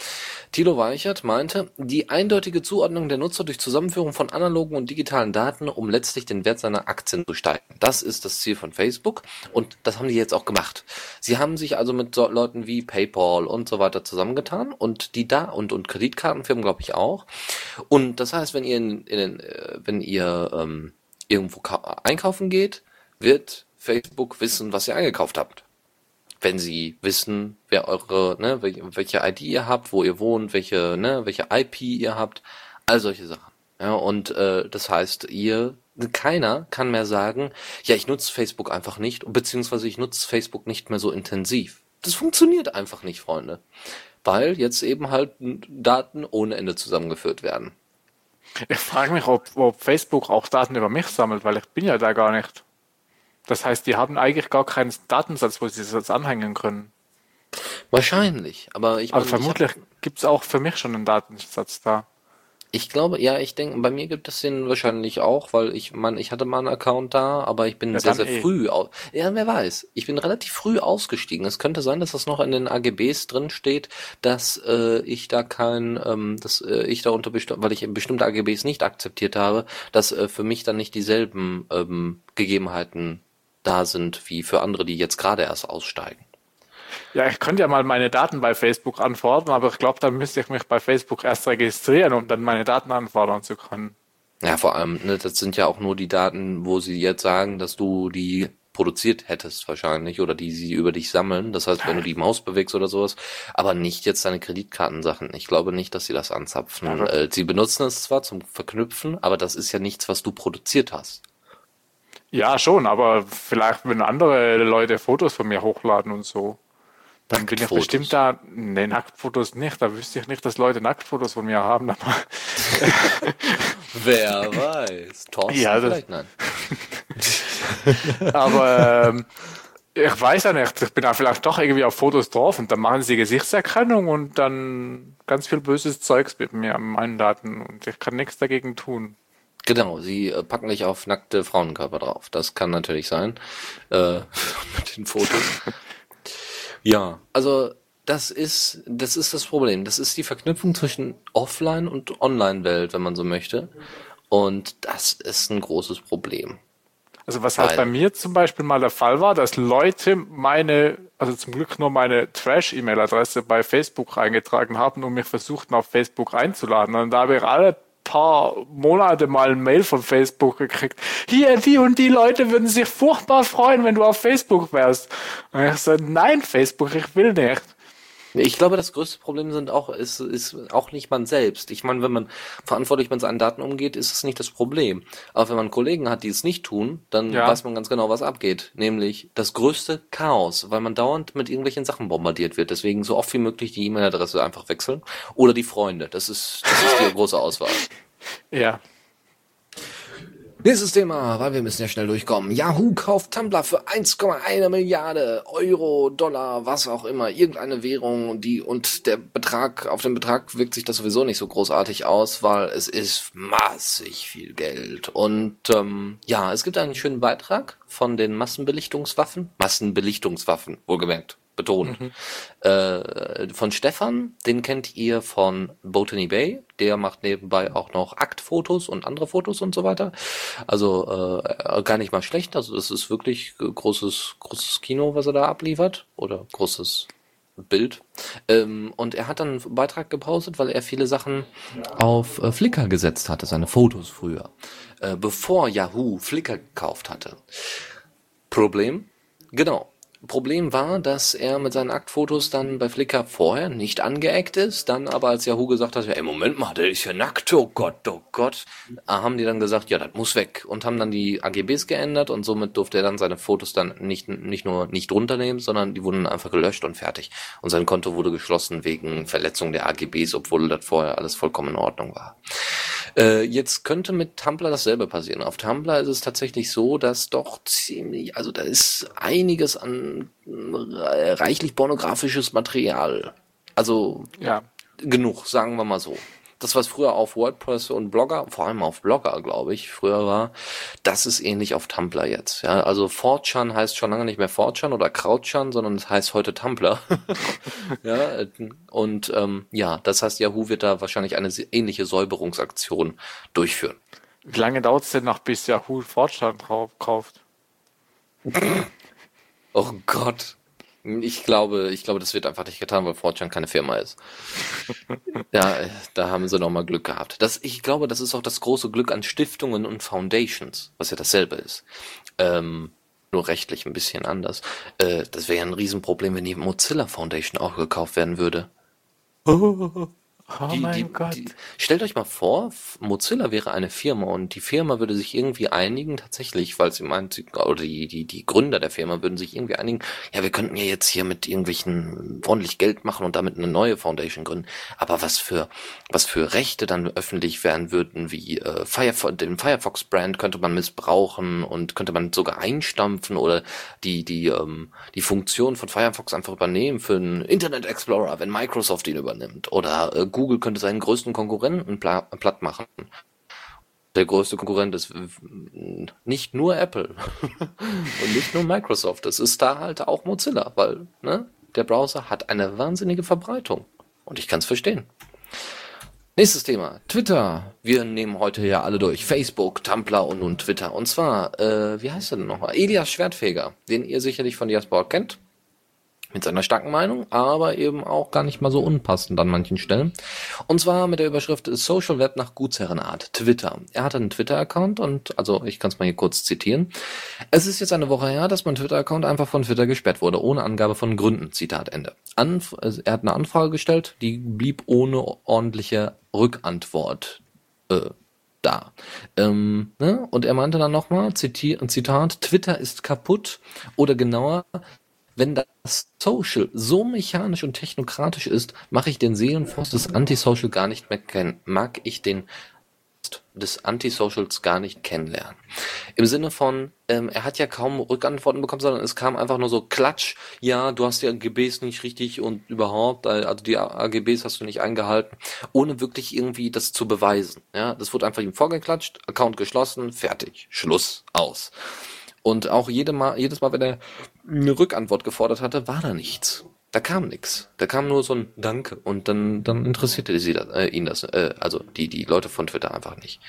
Thilo Weichert meinte, die eindeutige Zuordnung der Nutzer durch Zusammenführung von analogen und digitalen Daten, um letztlich den Wert seiner Aktien zu steigern. Das ist das Ziel von Facebook und das haben die jetzt auch gemacht. Sie haben sich also mit so Leuten wie PayPal und so weiter zusammengetan und die da und Kreditkartenfirmen, glaube ich, auch. Und das heißt, wenn ihr irgendwo einkaufen geht, wird Facebook wissen, was ihr eingekauft habt. Wenn sie wissen, wer welche ID ihr habt, wo ihr wohnt, welche IP ihr habt, all solche Sachen. Ja, und das heißt, keiner kann mehr sagen, ja, ich nutze Facebook einfach nicht, beziehungsweise ich nutze Facebook nicht mehr so intensiv. Das funktioniert einfach nicht, Freunde. Weil jetzt eben halt Daten ohne Ende zusammengeführt werden. Ich frage mich, ob Facebook auch Daten über mich sammelt, weil ich bin ja da gar nicht. Das heißt, die haben eigentlich gar keinen Datensatz, wo sie das jetzt anhängen können. Wahrscheinlich, aber Aber vermutlich gibt es auch für mich schon einen Datensatz da. Ich glaube, ja, ich denke, bei mir gibt es den wahrscheinlich auch, weil ich hatte mal einen Account da, aber ich bin Ja, sehr, dann sehr früh ja, wer weiß. Ich bin relativ früh ausgestiegen. Es könnte sein, dass das noch in den AGBs drin steht, dass ich da weil ich bestimmte AGBs nicht akzeptiert habe, dass für mich dann nicht dieselben Gegebenheiten da sind wie für andere, die jetzt gerade erst aussteigen. Ja, ich könnte ja mal meine Daten bei Facebook anfordern, aber ich glaube, dann müsste ich mich bei Facebook erst registrieren, um dann meine Daten anfordern zu können. Ja, vor allem, ne, das sind ja auch nur die Daten, wo sie jetzt sagen, dass du die produziert hättest wahrscheinlich oder die sie über dich sammeln. Das heißt, wenn du die Maus bewegst oder sowas, aber nicht jetzt deine Kreditkartensachen. Ich glaube nicht, dass sie das anzapfen. Ja, Sie benutzen es zwar zum Verknüpfen, aber das ist ja nichts, was du produziert hast. ja, schon, aber vielleicht, wenn andere Leute Fotos von mir hochladen und so, dann bin ich Nacktfotos. bestimmt da. Ne, Nacktfotos nicht. Da wüsste ich nicht, dass Leute Nacktfotos von mir haben. Aber Wer weiß. Thorsten ja, vielleicht? Nein. aber ich weiß ja nicht. Ich bin da vielleicht doch irgendwie auf Fotos drauf und dann machen sie Gesichtserkennung und dann ganz viel böses Zeugs mit mir an meinen Daten und ich kann nichts dagegen tun. Genau, sie packen dich auf nackte Frauenkörper drauf. Das kann natürlich sein. Mit den Fotos. Ja, also das ist das Problem. Das ist die Verknüpfung zwischen Offline- und Online-Welt, wenn man so möchte. Und das ist ein großes Problem. Also was halt Weil- bei mir zum Beispiel mal der Fall war, dass Leute also zum Glück nur meine Trash-E-Mail-Adresse bei Facebook eingetragen haben und mich versuchten auf Facebook einzuladen. Und da habe ich alle paar Monate mal ein Mail von Facebook gekriegt. Hier, die und die Leute würden sich furchtbar freuen, wenn du auf Facebook wärst. Und ich so, nein, Facebook, ich will nicht. Ich glaube, das größte Problem ist auch nicht man selbst. Ich meine, wenn man verantwortlich mit seinen Daten umgeht, ist es nicht das Problem. Aber wenn man Kollegen hat, die es nicht tun, dann Ja. weiß man ganz genau, was abgeht. Nämlich das größte Chaos, weil man dauernd mit irgendwelchen Sachen bombardiert wird. Deswegen so oft wie möglich die E-Mail-Adresse einfach wechseln. Oder die Freunde. Das ist die große Auswahl. Ja. Nächstes Thema, weil wir müssen ja schnell durchkommen. Yahoo kauft Tumblr für 1,1 Milliarde Euro, Dollar, was auch immer, irgendeine Währung, und auf den Betrag wirkt sich das sowieso nicht so großartig aus, weil es ist massig viel Geld. Und ja, es gibt einen schönen Beitrag von den Massenbelichtungswaffen, wohlgemerkt. Betonen. Von Stefan, den kennt ihr von Botany Bay, der macht nebenbei auch noch Aktfotos und andere Fotos und so weiter. Also gar nicht mal schlecht, also das ist wirklich großes Kino, was er da abliefert, oder großes Bild. Und er hat dann einen Beitrag gepostet, weil er viele Sachen auf Flickr gesetzt hatte, seine Fotos früher, bevor Yahoo Flickr gekauft hatte. Problem? Genau. Problem war, dass er mit seinen Aktfotos dann bei Flickr vorher nicht angeeckt ist, dann aber als Yahoo gesagt hat, ey, Moment mal, der ist ja nackt, oh Gott, haben die dann gesagt, ja, das muss weg und haben dann die AGBs geändert und somit durfte er dann seine Fotos dann nicht nur nicht runternehmen, sondern die wurden einfach gelöscht und fertig. Und sein Konto wurde geschlossen wegen Verletzung der AGBs, obwohl das vorher alles vollkommen in Ordnung war. Jetzt könnte mit Tumblr dasselbe passieren. Auf Tumblr ist es tatsächlich so, dass doch da ist einiges an reichlich pornografisches Material. Also Ja. genug, sagen wir mal so. Das, was früher auf WordPress und Blogger, vor allem auf Blogger, glaube ich, früher war, das ist ähnlich auf Tumblr jetzt. Ja, also 4chan heißt schon lange nicht mehr 4chan oder Krautchan, sondern es heißt heute Tumblr. Ja, und ja, das heißt, Yahoo wird da wahrscheinlich eine ähnliche Säuberungsaktion durchführen. Wie lange dauert es denn noch, bis Yahoo Fortschritt kauft? Oh Gott. Ich glaube, das wird einfach nicht getan, weil 4chan keine Firma ist. Ja, da haben sie nochmal Glück gehabt. Ich glaube, das ist auch das große Glück an Stiftungen und Foundations, was ja dasselbe ist. Nur rechtlich ein bisschen anders. Das wäre ja ein Riesenproblem, wenn die Mozilla Foundation auch gekauft werden würde. Oh mein Gott. Stellt euch mal vor, Mozilla wäre eine Firma und die Firma würde sich irgendwie einigen, tatsächlich, weil sie meint, oder die Gründer der Firma würden sich irgendwie einigen, ja, wir könnten ja jetzt hier mit irgendwelchen ordentlich Geld machen und damit eine neue Foundation gründen. Aber was für Rechte dann öffentlich werden würden, wie den Firefox-Brand könnte man missbrauchen und könnte man sogar einstampfen oder die Funktion von Firefox einfach übernehmen für einen Internet Explorer, wenn Microsoft ihn übernimmt. Oder Google könnte seinen größten Konkurrenten platt machen. Der größte Konkurrent ist nicht nur Apple und nicht nur Microsoft. Es ist da halt auch Mozilla, weil der Browser hat eine wahnsinnige Verbreitung. Und ich kann es verstehen. Nächstes Thema, Twitter. Wir nehmen heute ja alle durch. Facebook, Tumblr und nun Twitter. Und zwar, wie heißt er denn nochmal? Elias Schwertfeger, den ihr sicherlich von Diaspora kennt. Mit seiner starken Meinung, aber eben auch gar nicht mal so unpassend an manchen Stellen. Und zwar mit der Überschrift Social Web nach Gutsherrenart, Twitter. Er hat einen Twitter-Account und, also ich kann es mal hier kurz zitieren. Es ist jetzt eine Woche her, dass mein Twitter-Account einfach von Twitter gesperrt wurde, ohne Angabe von Gründen. Zitat Ende. Er hat eine Anfrage gestellt, die blieb ohne ordentliche Rückantwort da. Und er meinte dann nochmal, Zitat, Twitter ist kaputt oder genauer, wenn das Social so mechanisch und technokratisch ist, mache ich den Seelenfrost des Antisocial gar nicht mehr kennen. Mag ich den des Antisocials gar nicht kennenlernen. Im Sinne von, er hat ja kaum Rückantworten bekommen, sondern es kam einfach nur so Klatsch, ja, du hast die AGBs nicht richtig und überhaupt, also die AGBs hast du nicht eingehalten, ohne wirklich irgendwie das zu beweisen. Ja, das wurde einfach ihm vorgeklatscht, Account geschlossen, fertig, Schluss, aus. Und auch jedes Mal, wenn er eine Rückantwort gefordert hatte, war da nichts. Da kam nichts. Da kam nur so ein Danke und dann interessierte ihn das, also die Leute von Twitter einfach nicht.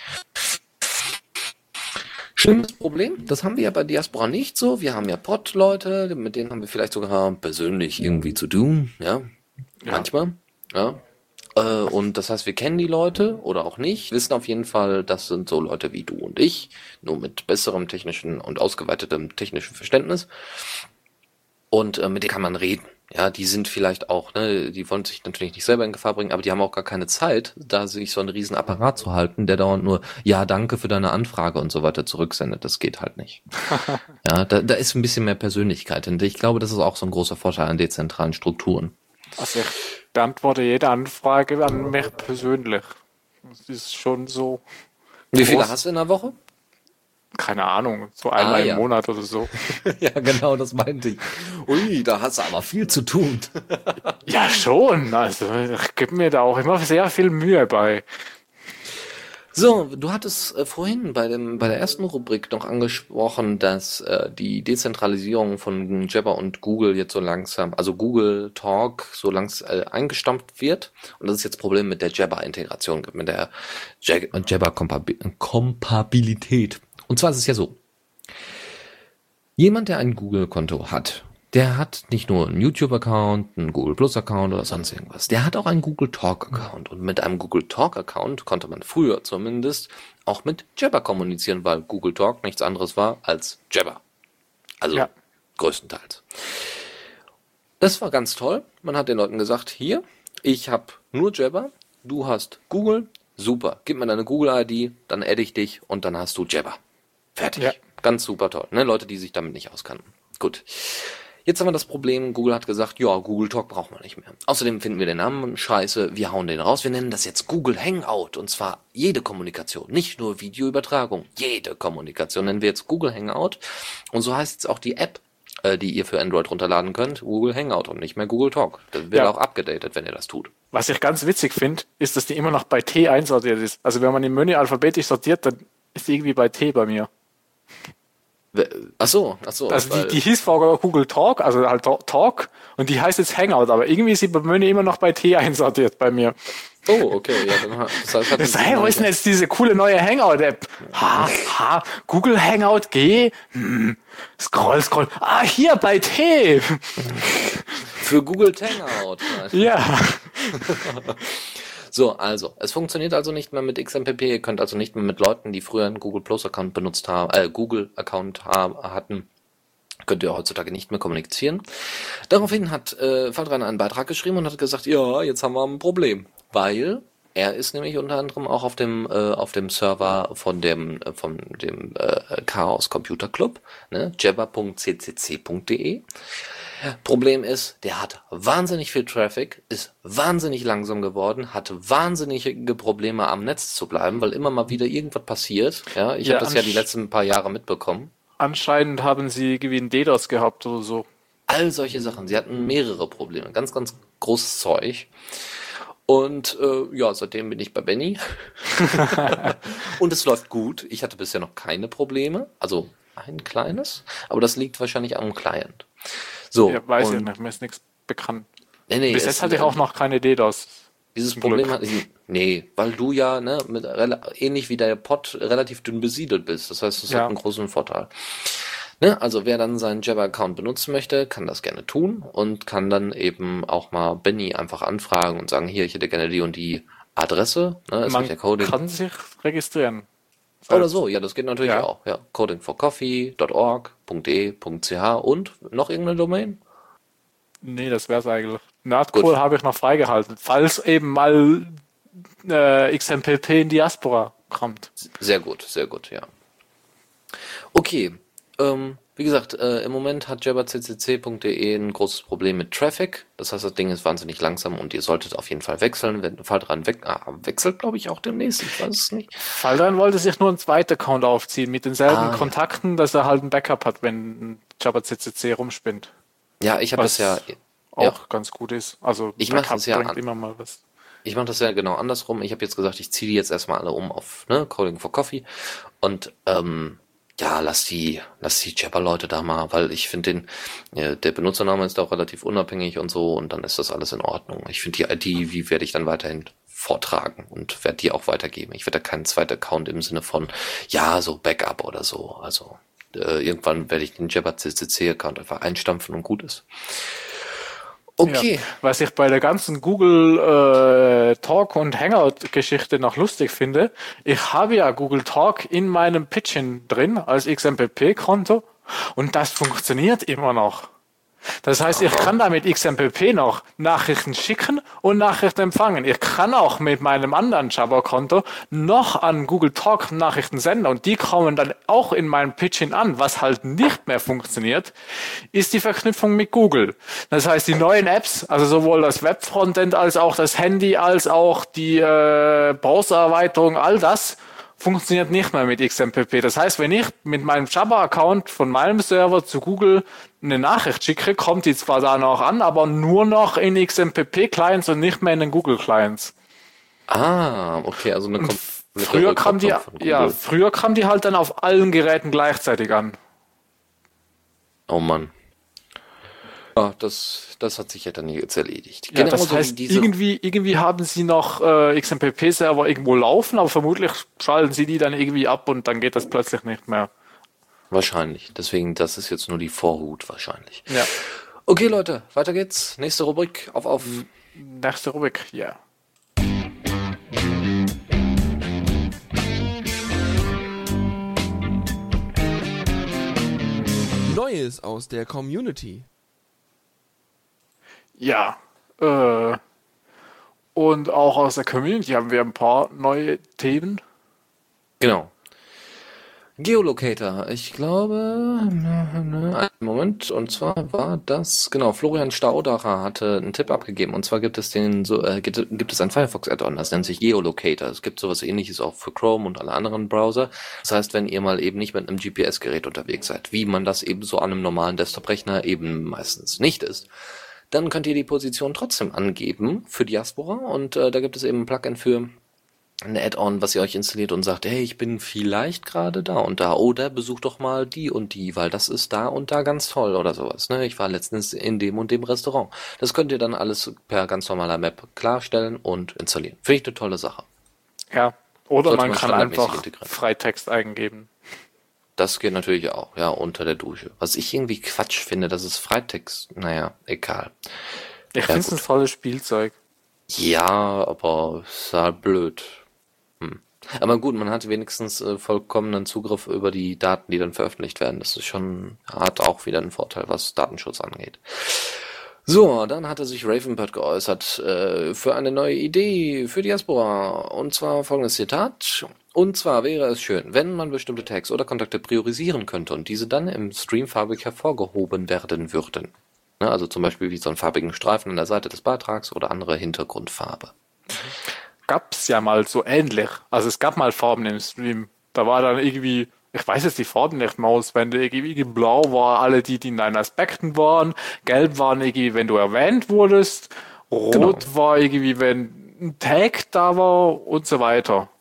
Schlimmes Problem, das haben wir ja bei Diaspora nicht so. Wir haben ja Pod-Leute, mit denen haben wir vielleicht sogar persönlich irgendwie zu tun, ja. Manchmal, ja. Und das heißt, wir kennen die Leute oder auch nicht, wissen auf jeden Fall, das sind so Leute wie du und ich, nur mit besserem technischen und ausgeweitetem technischen Verständnis. Und mit denen kann man reden. Ja, die sind vielleicht auch, die wollen sich natürlich nicht selber in Gefahr bringen, aber die haben auch gar keine Zeit, da sich so einen riesen Apparat zu halten, der dauernd nur, ja, danke für deine Anfrage und so weiter zurücksendet. Das geht halt nicht. Ja, da ist ein bisschen mehr Persönlichkeit. Und ich glaube, das ist auch so ein großer Vorteil an dezentralen Strukturen. Also ich beantworte jede Anfrage an mich persönlich. Das ist schon so. Wie viele hast du in der Woche? Keine Ahnung, so einmal im Monat oder so. Ja, genau, das meinte ich. Ui, da hast du aber viel zu tun. Ja, schon. Also ich gebe mir da auch immer sehr viel Mühe bei. So, du hattest vorhin bei der ersten Rubrik noch angesprochen, dass die Dezentralisierung von Jabber und Google jetzt so langsam, also Google Talk so langsam eingestampft wird. Und das ist jetzt Problem mit der Jabber-Integration, mit der Jabber-Kompatibilität. Und zwar ist es ja so, jemand, der ein Google-Konto hat, der hat nicht nur einen YouTube-Account, einen Google Plus-Account oder sonst irgendwas. Der hat auch einen Google Talk-Account. Und mit einem Google Talk-Account konnte man früher zumindest auch mit Jabber kommunizieren, weil Google Talk nichts anderes war als Jabber. Also größtenteils. Das war ganz toll. Man hat den Leuten gesagt, hier, ich habe nur Jabber, du hast Google, super. Gib mir deine Google-ID, dann adde ich dich und dann hast du Jabber. Fertig. Ja. Ganz super toll. Leute, die sich damit nicht auskannten. Gut. Jetzt haben wir das Problem, Google hat gesagt, ja, Google Talk brauchen wir nicht mehr. Außerdem finden wir den Namen scheiße, wir hauen den raus. Wir nennen das jetzt Google Hangout. Und zwar jede Kommunikation, nicht nur Videoübertragung. Jede Kommunikation nennen wir jetzt Google Hangout. Und so heißt jetzt auch die App. die ihr für Android runterladen könnt, Google Hangout und nicht mehr Google Talk. Das wird auch abgedatet, wenn ihr das tut. Was ich ganz witzig finde, ist, dass die immer noch bei T einsortiert ist. Also wenn man im Menü alphabetisch sortiert, dann ist die irgendwie bei T bei mir. Ach so. Also die hieß vorher Google Talk, also halt Talk, und die heißt jetzt Hangout, aber irgendwie ist sie beim Menü immer noch bei T einsortiert bei mir. Oh, okay, ja, dann hey, wo ist denn jetzt diese coole neue Hangout-App? Google Hangout, scroll. Hier bei T. Für Google Hangout. Ja. So, also, es funktioniert also nicht mehr mit XMPP, ihr könnt also nicht mehr mit Leuten, die früher einen Google Plus Account benutzt haben, Google-Account hatten, könnt ihr heutzutage nicht mehr kommunizieren. Daraufhin hat Faldran einen Beitrag geschrieben und hat gesagt, ja, jetzt haben wir ein Problem, weil er ist nämlich unter anderem auch auf dem Server von dem Chaos Computer Club, ne, jabber.ccc.de. Problem ist, der hat wahnsinnig viel Traffic, ist wahnsinnig langsam geworden, hatte wahnsinnige Probleme am Netz zu bleiben, weil immer mal wieder irgendwas passiert. Ja, ich habe das ja die letzten paar Jahre mitbekommen. Anscheinend haben sie irgendwie einen DDoS gehabt oder so. All solche Sachen. Sie hatten mehrere Probleme, ganz, ganz großes Zeug. Und seitdem bin ich bei Benny. Und es läuft gut. Ich hatte bisher noch keine Probleme, also ein kleines, aber das liegt wahrscheinlich am Client. So, ja, weiß ich nicht, mir ist nichts bekannt. Nee, bis jetzt hatte ich auch noch keine DDoS. Dieses Problem hat, weil du ja, ähnlich wie der Pod, relativ dünn besiedelt bist. Das heißt, das hat einen großen Vorteil. Ne? Also wer dann seinen Jabber-Account benutzen möchte, kann das gerne tun und kann dann eben auch mal Benny einfach anfragen und sagen, hier, ich hätte gerne die und die Adresse. Ne? Man kann sich registrieren. Oder so, ja, das geht natürlich auch. Ja. codingforcoffee.org.de.ch und noch irgendeine Domain? Nee, das wär's eigentlich. Nerdcool habe ich noch freigehalten, falls eben mal XMPP in Diaspora kommt. Sehr gut, ja. Okay, wie gesagt, im Moment hat jabberccc.de ein großes Problem mit Traffic. Das heißt, das Ding ist wahnsinnig langsam und ihr solltet auf jeden Fall wechseln. Wenn Faldran wechselt, glaube ich, auch demnächst. Ich weiß es nicht. Faldran wollte sich nur einen zweiten Account aufziehen mit denselben Kontakten, dass er halt ein Backup hat, wenn jabberccc rumspinnt. Ja, ich habe das ja auch ganz gut ist. Also ich mache das ja immer mal was. Ich mache das ja genau andersrum. Ich habe jetzt gesagt, ich ziehe die jetzt erstmal alle um auf Coding for Coffee und lass die Jabber-Leute da mal, weil ich finde der Benutzername ist auch relativ unabhängig und so und dann ist das alles in Ordnung. Ich finde die ID, wie werde ich dann weiterhin vortragen und werde die auch weitergeben. Ich werde da keinen zweiten Account im Sinne von, so Backup oder so. Also irgendwann werde ich den Jabber CCC-Account einfach einstampfen und gut ist. Okay. Ja, was ich bei der ganzen Google Talk und Hangout-Geschichte noch lustig finde, ich habe ja Google Talk in meinem Pidgin drin als XMPP-Konto und das funktioniert immer noch. Das heißt, ich kann da mit XMPP noch Nachrichten schicken und Nachrichten empfangen. Ich kann auch mit meinem anderen Jabber-Konto noch an Google Talk Nachrichten senden und die kommen dann auch in meinem Pidgin an. Was halt nicht mehr funktioniert, ist die Verknüpfung mit Google. Das heißt, die neuen Apps, also sowohl das Web-Frontend als auch das Handy, als auch die Browser-Erweiterung, all das funktioniert nicht mehr mit XMPP. Das heißt, wenn ich mit meinem Jabber-Account von meinem Server zu Google eine Nachricht schicke, kommt die zwar da noch an, aber nur noch in XMPP-Clients und nicht mehr in den Google-Clients. Okay, also früher kam die halt dann auf allen Geräten gleichzeitig an. Oh Mann. Das hat sich ja dann jetzt erledigt. Ja, das heißt, irgendwie haben sie noch XMPP-Server irgendwo laufen, aber vermutlich schalten sie die dann irgendwie ab und dann geht das plötzlich nicht mehr. Wahrscheinlich. Deswegen, das ist jetzt nur die Vorhut wahrscheinlich. Ja. Okay, Leute, weiter geht's. Nächste Rubrik. Auf. Nächste Rubrik, ja. Neues aus der Community. Ja, und auch aus der Community haben wir ein paar neue Themen. Genau. Geolocator, ich glaube, einen Moment, und zwar war das, genau, Florian Staudacher hatte einen Tipp abgegeben, und zwar gibt es gibt es ein Firefox-Add-on, das nennt sich Geolocator. Es gibt sowas ähnliches auch für Chrome und alle anderen Browser. Das heißt, wenn ihr mal eben nicht mit einem GPS-Gerät unterwegs seid, wie man das eben so an einem normalen Desktop-Rechner eben meistens nicht ist, dann könnt ihr die Position trotzdem angeben für Diaspora, und da gibt es eben ein Plugin für ein Add-on, was ihr euch installiert und sagt, hey, ich bin vielleicht gerade da und da, oder besucht doch mal die und die, weil das ist da und da ganz toll oder sowas. Ne? Ich war letztens in dem und dem Restaurant. Das könnt ihr dann alles per ganz normaler Map klarstellen und installieren. Finde ich eine tolle Sache. Ja, oder Sollte man man kann standardmäßig einfach integrieren. Freitext eingeben. Das geht natürlich auch, ja, unter der Dusche. Was ich irgendwie Quatsch finde, das ist Freitext. Naja, egal. Ich Ja, finde es ein gut. tolles Spielzeug. Ja, aber ist halt blöd. Aber gut, man hat wenigstens vollkommenen Zugriff über die Daten, die dann veröffentlicht werden. Das ist schon, hat auch wieder einen Vorteil, was Datenschutz angeht. So, dann hatte sich Ravenbird geäußert für eine neue Idee für Diaspora. Und zwar folgendes Zitat. Und zwar wäre es schön, wenn man bestimmte Tags oder Kontakte priorisieren könnte und diese dann im Stream farbig hervorgehoben werden würden. Ne, also zum Beispiel wie so einen farbigen Streifen an der Seite des Beitrags oder andere Hintergrundfarbe. Gab's ja mal so ähnlich. Also es gab mal Farben im Stream. Da war dann irgendwie, ich weiß jetzt die Farben nicht mehr auswendig, irgendwie blau war alle die in deinen Aspekten waren, gelb waren irgendwie, wenn du erwähnt wurdest, rot Genau. war irgendwie, wenn ein Tag da war und so weiter.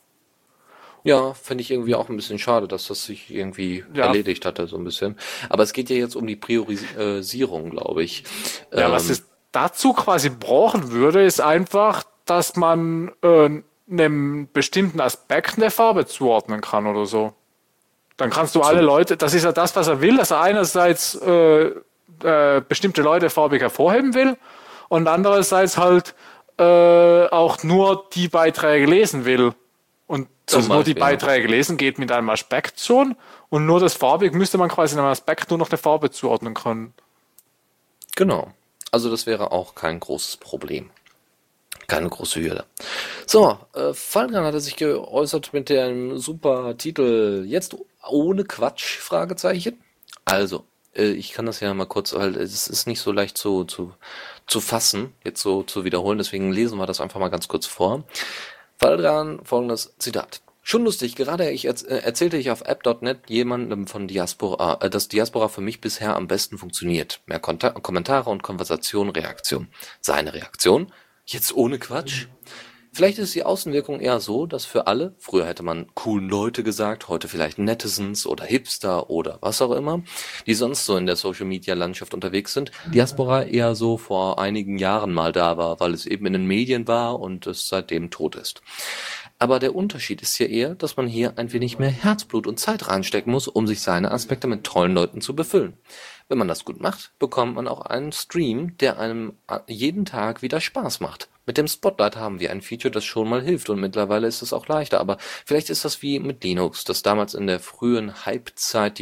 Ja, finde ich irgendwie auch ein bisschen schade, dass das sich irgendwie Ja, erledigt hatte, so ein bisschen. Aber es geht ja jetzt um die Priorisierung, glaube ich. ja, was Ähm, es dazu quasi brauchen würde, ist einfach, dass man einem bestimmten Aspekt eine Farbe zuordnen kann oder so. Dann kannst du alle zum, Leute, das ist ja das, was er will, dass er einerseits bestimmte Leute farbig hervorheben will und andererseits halt auch nur die Beiträge lesen will. Und zum also nur die Beispiel, ja. Beiträge lesen geht mit einem Aspekt schon und nur das farbig müsste man quasi einem Aspekt nur noch eine Farbe zuordnen können. Genau. Also das wäre auch kein großes Problem. Keine große Hürde. So, Falkan hatte sich geäußert mit dem super Titel Jetzt ohne Quatsch? Fragezeichen. Also, ich kann das ja mal kurz, weil es ist nicht so leicht zu fassen, jetzt so zu wiederholen, deswegen lesen wir das einfach mal ganz kurz vor. Falkan, folgendes Zitat. Schon lustig, gerade erzählte ich auf app.net jemandem von Diaspora, dass Diaspora für mich bisher am besten funktioniert. Mehr Kommentare und Konversation, Reaktion. Seine Reaktion? Jetzt ohne Quatsch? Vielleicht ist die Außenwirkung eher so, dass für alle, früher hätte man coolen Leute gesagt, heute vielleicht Netizens oder Hipster oder was auch immer, die sonst so in der Social-Media-Landschaft unterwegs sind, Diaspora eher so vor einigen Jahren mal da war, weil es eben in den Medien war und es seitdem tot ist. Aber der Unterschied ist ja eher, dass man hier ein wenig mehr Herzblut und Zeit reinstecken muss, um sich seine Aspekte mit tollen Leuten zu befüllen. Wenn man das gut macht, bekommt man auch einen Stream, der einem jeden Tag wieder Spaß macht. Mit dem Spotlight haben wir ein Feature, das schon mal hilft und mittlerweile ist es auch leichter, aber vielleicht ist das wie mit Linux, das damals in der frühen Hype-Zeit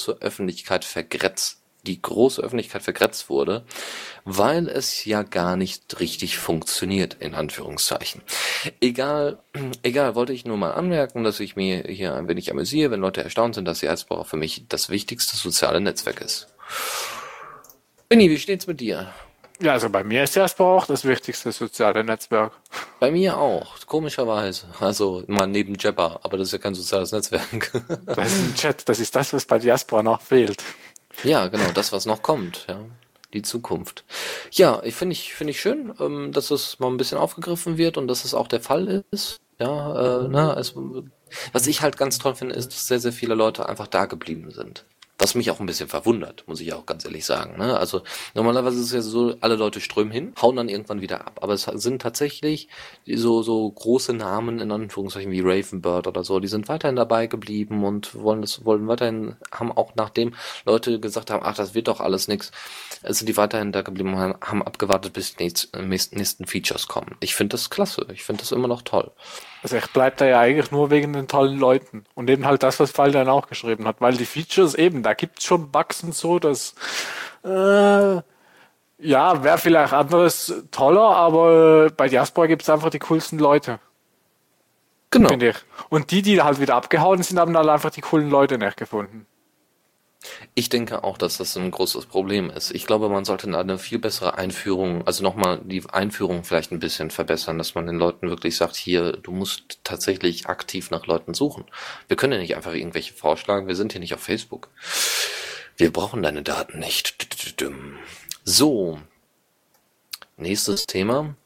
die große Öffentlichkeit vergrätzt wurde, weil es ja gar nicht richtig funktioniert, in Anführungszeichen. Egal, wollte ich nur mal anmerken, dass ich mir hier ein wenig amüsiere, wenn Leute erstaunt sind, dass Diaspora für mich das wichtigste soziale Netzwerk ist. Benni, wie steht's mit dir? Ja, also bei mir ist Jasper auch das wichtigste soziale Netzwerk. Bei mir auch, komischerweise. Also mal neben Jabber, aber das ist ja kein soziales Netzwerk. Das ist ein Chat, das ist das, was bei Jasper noch fehlt. Ja, genau, das, was noch kommt, ja. Die Zukunft. Ja, finde ich schön, dass es mal ein bisschen aufgegriffen wird und dass es auch der Fall ist. Ja, was ich halt ganz toll finde, ist, dass sehr, sehr viele Leute einfach da geblieben sind. Was mich auch ein bisschen verwundert, muss ich auch ganz ehrlich sagen. Ne? Also normalerweise ist es ja so, alle Leute strömen hin, hauen dann irgendwann wieder ab. Aber es sind tatsächlich so große Namen, in Anführungszeichen wie Ravenbird oder so, die sind weiterhin dabei geblieben und wollen weiterhin, haben auch nachdem Leute gesagt haben, ach, das wird doch alles nix, sind die weiterhin da geblieben und haben abgewartet, bis die nächsten Features kommen. Ich finde das klasse, ich finde das immer noch toll. Also ich bleib da ja eigentlich nur wegen den tollen Leuten. Und eben halt das, was Fall dann auch geschrieben hat. Weil die Features eben, da gibt's schon Bugs und so, das ja, wäre vielleicht anderes toller, aber bei Diaspora gibt's einfach die coolsten Leute. Genau. finde ich. Und die halt wieder abgehauen sind, haben halt einfach die coolen Leute nicht gefunden. Ich denke auch, dass das ein großes Problem ist. Ich glaube, man sollte da eine viel bessere Einführung, also nochmal die Einführung vielleicht ein bisschen verbessern, dass man den Leuten wirklich sagt, hier, du musst tatsächlich aktiv nach Leuten suchen. Wir können ja nicht einfach irgendwelche vorschlagen, wir sind hier nicht auf Facebook. Wir brauchen deine Daten nicht. So, nächstes Thema.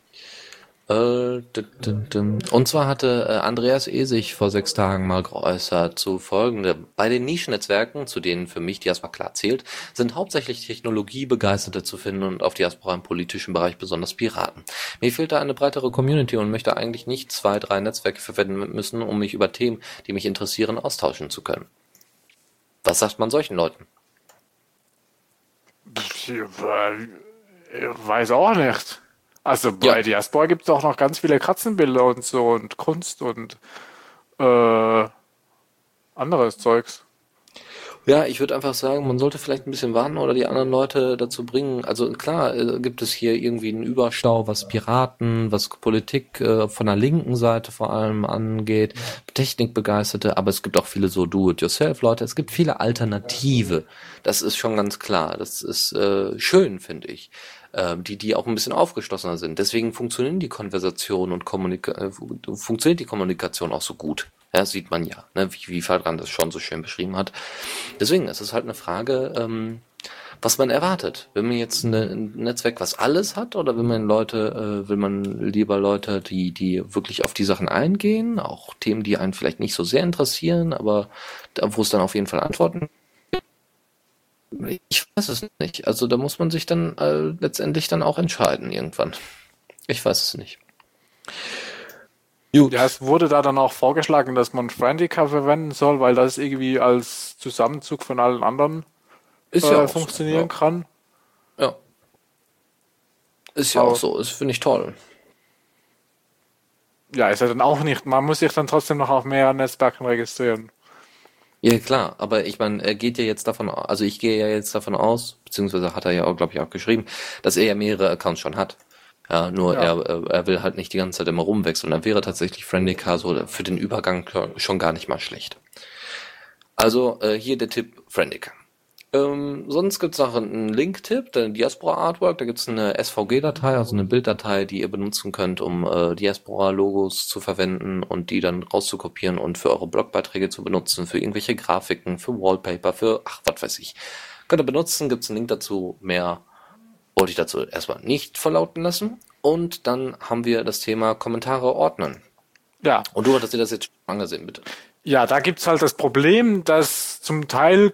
Und zwar hatte Andreas sich vor 6 Tagen mal geäußert zu folgende. Bei den Nischennetzwerken, zu denen für mich Diaspora klar zählt, sind hauptsächlich Technologiebegeisterte zu finden und auf Diaspora im politischen Bereich besonders Piraten. Mir fehlt da eine breitere Community und möchte eigentlich nicht 2, 3 Netzwerke verwenden müssen, um mich über Themen, die mich interessieren, austauschen zu können. Was sagt man solchen Leuten? Ich weiß auch nicht. Also bei Diaspora gibt es auch noch ganz viele Katzenbilder und so und Kunst und anderes Zeugs. Ja, ich würde einfach sagen, man sollte vielleicht ein bisschen warten oder die anderen Leute dazu bringen. Also klar, gibt es hier irgendwie einen Überstau, was Piraten, was Politik von der linken Seite vor allem angeht, Technikbegeisterte, aber es gibt auch viele so Do-it-yourself-Leute. Es gibt viele Alternative. Das ist schon ganz klar. Das ist schön, finde ich. Die auch ein bisschen aufgeschlossener sind. Deswegen funktionieren die Konversationen und funktioniert die Kommunikation auch so gut. Ja, sieht man ja, ne, wie Fabian das schon so schön beschrieben hat. Deswegen ist es halt eine Frage, was man erwartet. Will man jetzt ein Netzwerk, was alles hat, oder will man lieber Leute, die wirklich auf die Sachen eingehen, auch Themen, die einen vielleicht nicht so sehr interessieren, aber wo es dann auf jeden Fall Antworten. Ich weiß es nicht. Also da muss man sich dann letztendlich dann auch entscheiden irgendwann. Ich weiß es nicht. Gut. Ja, es wurde da dann auch vorgeschlagen, dass man Friendica verwenden soll, weil das irgendwie als Zusammenzug von allen anderen Ist ja auch funktionieren so, kann. ja. Ist ja Aber auch so. Das finde ich toll. ja, ist ja dann auch nicht. Man muss sich dann trotzdem noch auf mehreren Netzwerken registrieren. Ja, klar, aber ich meine, er geht ja jetzt davon aus, also ich gehe ja jetzt davon aus, beziehungsweise hat er ja auch, glaube ich, auch geschrieben, dass er ja mehrere Accounts schon hat. Ja, nur Ja. er will halt nicht die ganze Zeit immer rumwechseln. Dann wäre tatsächlich Friendica so für den Übergang schon gar nicht mal schlecht. Also hier der Tipp Friendica. Sonst gibt's noch einen Link-Tipp, der Diaspora Artwork. Da gibt's eine SVG-Datei, also eine Bilddatei, die ihr benutzen könnt, um Diaspora-Logos zu verwenden und die dann rauszukopieren und für eure Blogbeiträge zu benutzen, für irgendwelche Grafiken, für Wallpaper, für was weiß ich. Könnt ihr benutzen, gibt's einen Link dazu. Mehr wollte ich dazu erstmal nicht verlauten lassen. Und dann haben wir das Thema Kommentare ordnen. Ja. Und du hattest dir das jetzt schon angesehen, bitte. Ja, da gibt's halt das Problem, dass zum Teil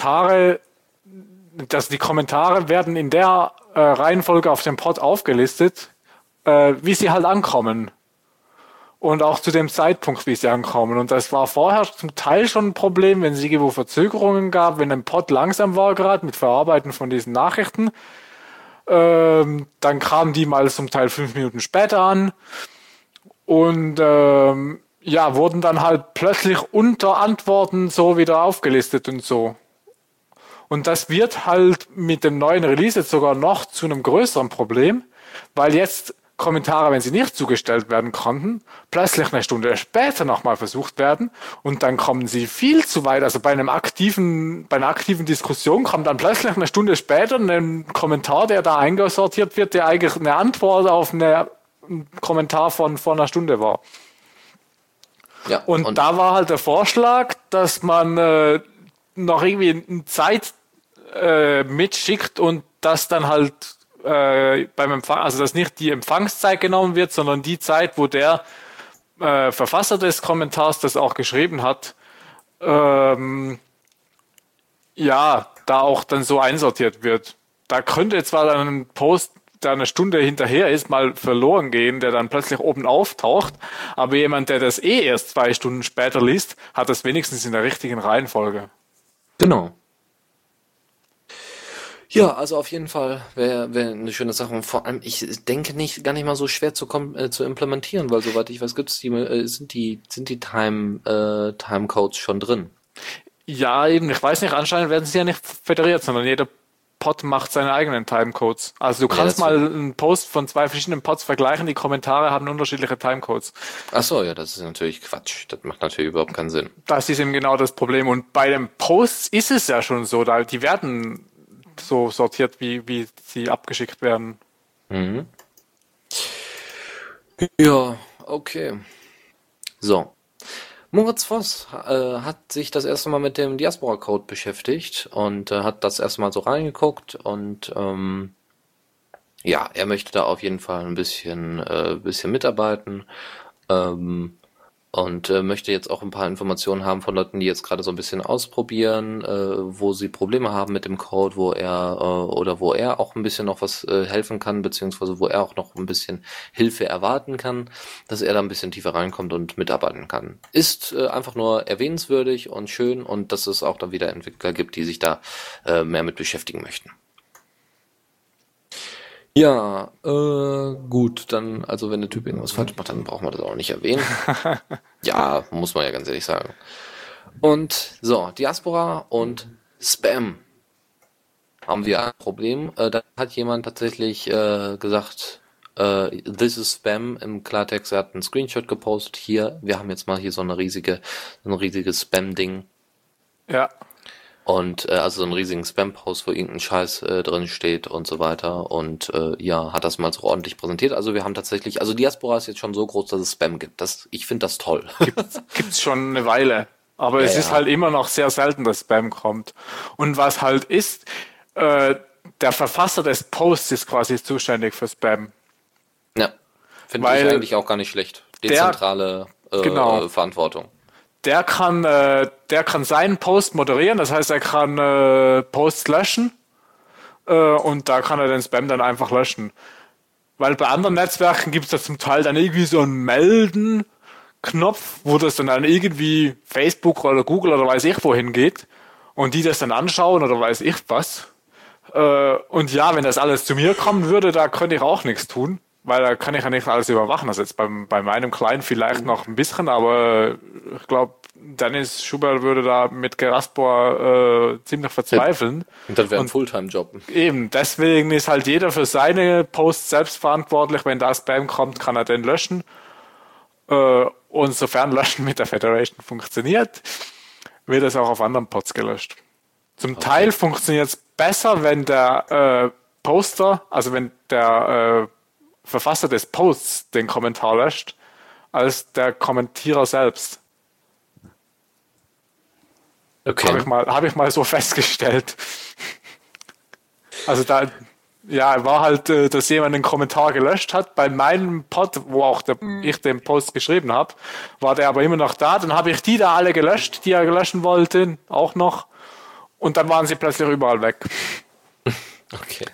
die Kommentare werden in der Reihenfolge auf dem Pod aufgelistet, wie sie halt ankommen. Und auch zu dem Zeitpunkt, wie sie ankommen. Und das war vorher zum Teil schon ein Problem, wenn es irgendwo Verzögerungen gab, wenn ein Pod langsam war gerade mit Verarbeiten von diesen Nachrichten. Dann kamen die mal zum Teil 5 Minuten später an. Und ja, wurden dann halt plötzlich unter Antworten so wieder aufgelistet und so. Und das wird halt mit dem neuen Release jetzt sogar noch zu einem größeren Problem, weil jetzt Kommentare, wenn sie nicht zugestellt werden konnten, plötzlich eine Stunde später nochmal versucht werden und dann kommen sie viel zu weit. Also bei einer aktiven Diskussion kommt dann plötzlich eine Stunde später ein Kommentar, der da eingesortiert wird, der eigentlich eine Antwort auf einen Kommentar von vor einer Stunde war. Ja, Und da war halt der Vorschlag, dass man noch irgendwie eine Zeit mitschickt und das dann halt beim Empfang, also dass nicht die Empfangszeit genommen wird, sondern die Zeit, wo der Verfasser des Kommentars das auch geschrieben hat, ja, da auch dann so einsortiert wird. Da könnte zwar dann ein Post, der eine Stunde hinterher ist, mal verloren gehen, der dann plötzlich oben auftaucht, aber jemand, der das erst 2 Stunden später liest, hat das wenigstens in der richtigen Reihenfolge. genau. Ja, also auf jeden Fall wäre eine schöne Sache. Und vor allem, ich denke gar nicht mal so schwer zu implementieren, weil soweit ich weiß, sind die Timecodes schon drin. Ja, eben, ich weiß nicht, anscheinend werden sie ja nicht föderiert, sondern jeder Pod macht seine eigenen Timecodes. Also du kannst mal einen Post von 2 verschiedenen Pods vergleichen, die Kommentare haben unterschiedliche Timecodes. Ach so, ja, das ist natürlich Quatsch. Das macht natürlich überhaupt keinen Sinn. Das ist eben genau das Problem. Und bei den Posts ist es ja schon so, die werden so sortiert, wie sie abgeschickt werden. Mhm. Ja, okay. So. Moritz Voss hat sich das erste Mal mit dem Diaspora-Code beschäftigt und hat das erste Mal so reingeguckt und ja, er möchte da auf jeden Fall ein bisschen mitarbeiten und möchte jetzt auch ein paar Informationen haben von Leuten, die jetzt gerade so ein bisschen ausprobieren, wo sie Probleme haben mit dem Code, wo er auch ein bisschen noch was helfen kann, beziehungsweise wo er auch noch ein bisschen Hilfe erwarten kann, dass er da ein bisschen tiefer reinkommt und mitarbeiten kann. Ist einfach nur erwähnenswürdig und schön und dass es auch dann wieder Entwickler gibt, die sich da mehr mit beschäftigen möchten. Ja, gut, dann, also wenn der Typ irgendwas falsch macht, dann brauchen wir das auch nicht erwähnen. Ja, muss man ja ganz ehrlich sagen. Und so, Diaspora und Spam. Haben wir ein Problem. Da hat jemand tatsächlich gesagt, this is Spam im Klartext. Er hat einen Screenshot gepostet. Hier, wir haben jetzt mal hier so ein riesiges Spam-Ding. Ja. Und also so einen riesigen Spam-Post, wo irgendein Scheiß drin steht und so weiter. Und ja, hat das mal so ordentlich präsentiert. Also wir haben tatsächlich, also Diaspora ist jetzt schon so groß, dass es Spam gibt. Ich finde das toll. Gibt's schon eine Weile. Aber es ist halt immer noch sehr selten, dass Spam kommt. Und was halt ist, der Verfasser des Posts ist quasi zuständig für Spam. Ja, finde ich eigentlich auch gar nicht schlecht. Dezentrale Verantwortung. Der kann seinen Post moderieren, das heißt, er kann Posts löschen und da kann er den Spam dann einfach löschen. Weil bei anderen Netzwerken gibt es da zum Teil dann irgendwie so einen Melden-Knopf, wo das dann irgendwie Facebook oder Google oder weiß ich wohin geht und die das dann anschauen oder weiß ich was. Und ja, wenn das alles zu mir kommen würde, da könnte ich auch nichts tun. Weil da kann ich ja nicht alles überwachen. Also jetzt bei meinem Client vielleicht noch ein bisschen, aber ich glaube, Dennis Schubert würde da mit Geraspor ziemlich verzweifeln. Und das wäre ein Fulltime-Job. Eben, deswegen ist halt jeder für seine Posts selbst verantwortlich. Wenn da Spam kommt, kann er den löschen. Und sofern Löschen mit der Federation funktioniert, wird es auch auf anderen Pods gelöscht. Zum Teil funktioniert es besser, wenn der Poster, also wenn der Verfasser des Posts den Kommentar löscht, als der Kommentierer selbst. Okay. Habe ich mal so festgestellt. Also da, ja, war halt, dass jemand einen Kommentar gelöscht hat. Bei meinem Pod, wo auch ich den Post geschrieben habe, war der aber immer noch da. Dann habe ich die da alle gelöscht, die er löschen wollte, auch noch. Und dann waren sie plötzlich überall weg. Okay.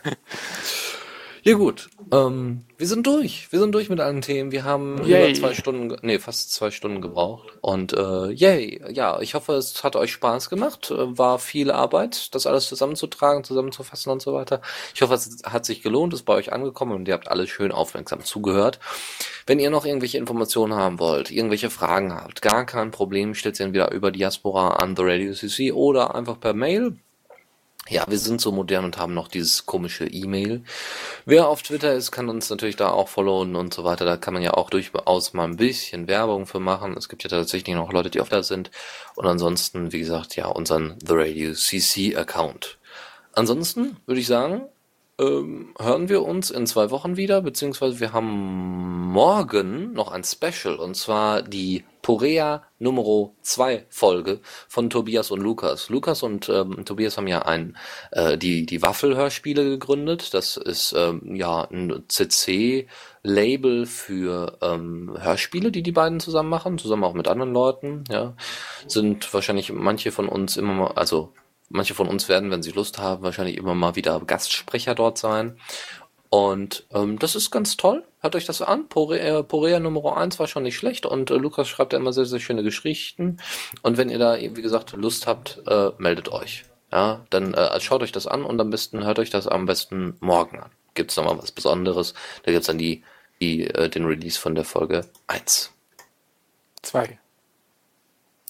Ja gut, wir sind durch. Wir sind durch mit allen Themen. Wir haben fast 2 Stunden gebraucht. Und yay, ja, ich hoffe, es hat euch Spaß gemacht. War viel Arbeit, das alles zusammenzutragen, zusammenzufassen und so weiter. Ich hoffe, es hat sich gelohnt, ist bei euch angekommen und ihr habt alles schön aufmerksam zugehört. Wenn ihr noch irgendwelche Informationen haben wollt, irgendwelche Fragen habt, gar kein Problem, stellt sie entweder über Diaspora an The Radio CC oder einfach per Mail. Ja, wir sind so modern und haben noch dieses komische E-Mail. Wer auf Twitter ist, kann uns natürlich da auch followen und so weiter. Da kann man ja auch durchaus mal ein bisschen Werbung für machen. Es gibt ja tatsächlich noch Leute, die auf da sind. Und ansonsten, wie gesagt, ja, unseren The Radio CC Account. Ansonsten würde ich sagen, hören wir uns in 2 Wochen wieder, beziehungsweise wir haben morgen noch ein Special, und zwar die Porea Nummer 2 Folge von Tobias und Lukas. Lukas und Tobias haben ja die Waffel-Hörspiele gegründet. Das ist ja ein CC-Label für Hörspiele, die beiden zusammen machen, zusammen auch mit anderen Leuten. Ja, sind wahrscheinlich manche von uns immer mal, also manche von uns werden, wenn sie Lust haben, wahrscheinlich immer mal wieder Gastsprecher dort sein. Und das ist ganz toll. Hört euch das an. Porea Nummer 1 war schon nicht schlecht. Und Lukas schreibt ja immer sehr, sehr schöne Geschichten. Und wenn ihr da, wie gesagt, Lust habt, meldet euch. Ja, dann schaut euch das an und am besten hört euch das am besten morgen an. Gibt's nochmal was Besonderes. Da gibt's dann den Release von der Folge 1. 2.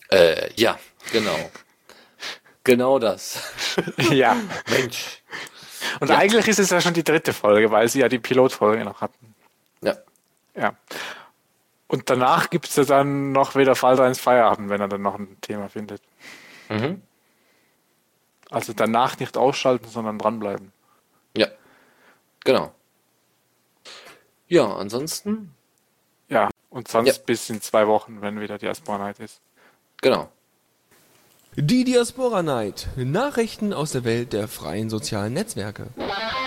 Ja, genau. Genau das. Ja. Mensch. Und Ja. eigentlich ist es ja schon die 3. Folge, weil sie ja die Pilotfolge noch hatten. Ja. Ja. Und danach gibt es ja dann noch wieder Fall 3 ins Feierabend, wenn er dann noch ein Thema findet. Mhm. Also danach nicht ausschalten, sondern dranbleiben. Ja. Genau. Ja, ansonsten, Ja. Und sonst Ja. bis in 2 Wochen, wenn wieder Diaspora Night ist. genau. Die Diaspora Night. Nachrichten aus der Welt der freien sozialen Netzwerke.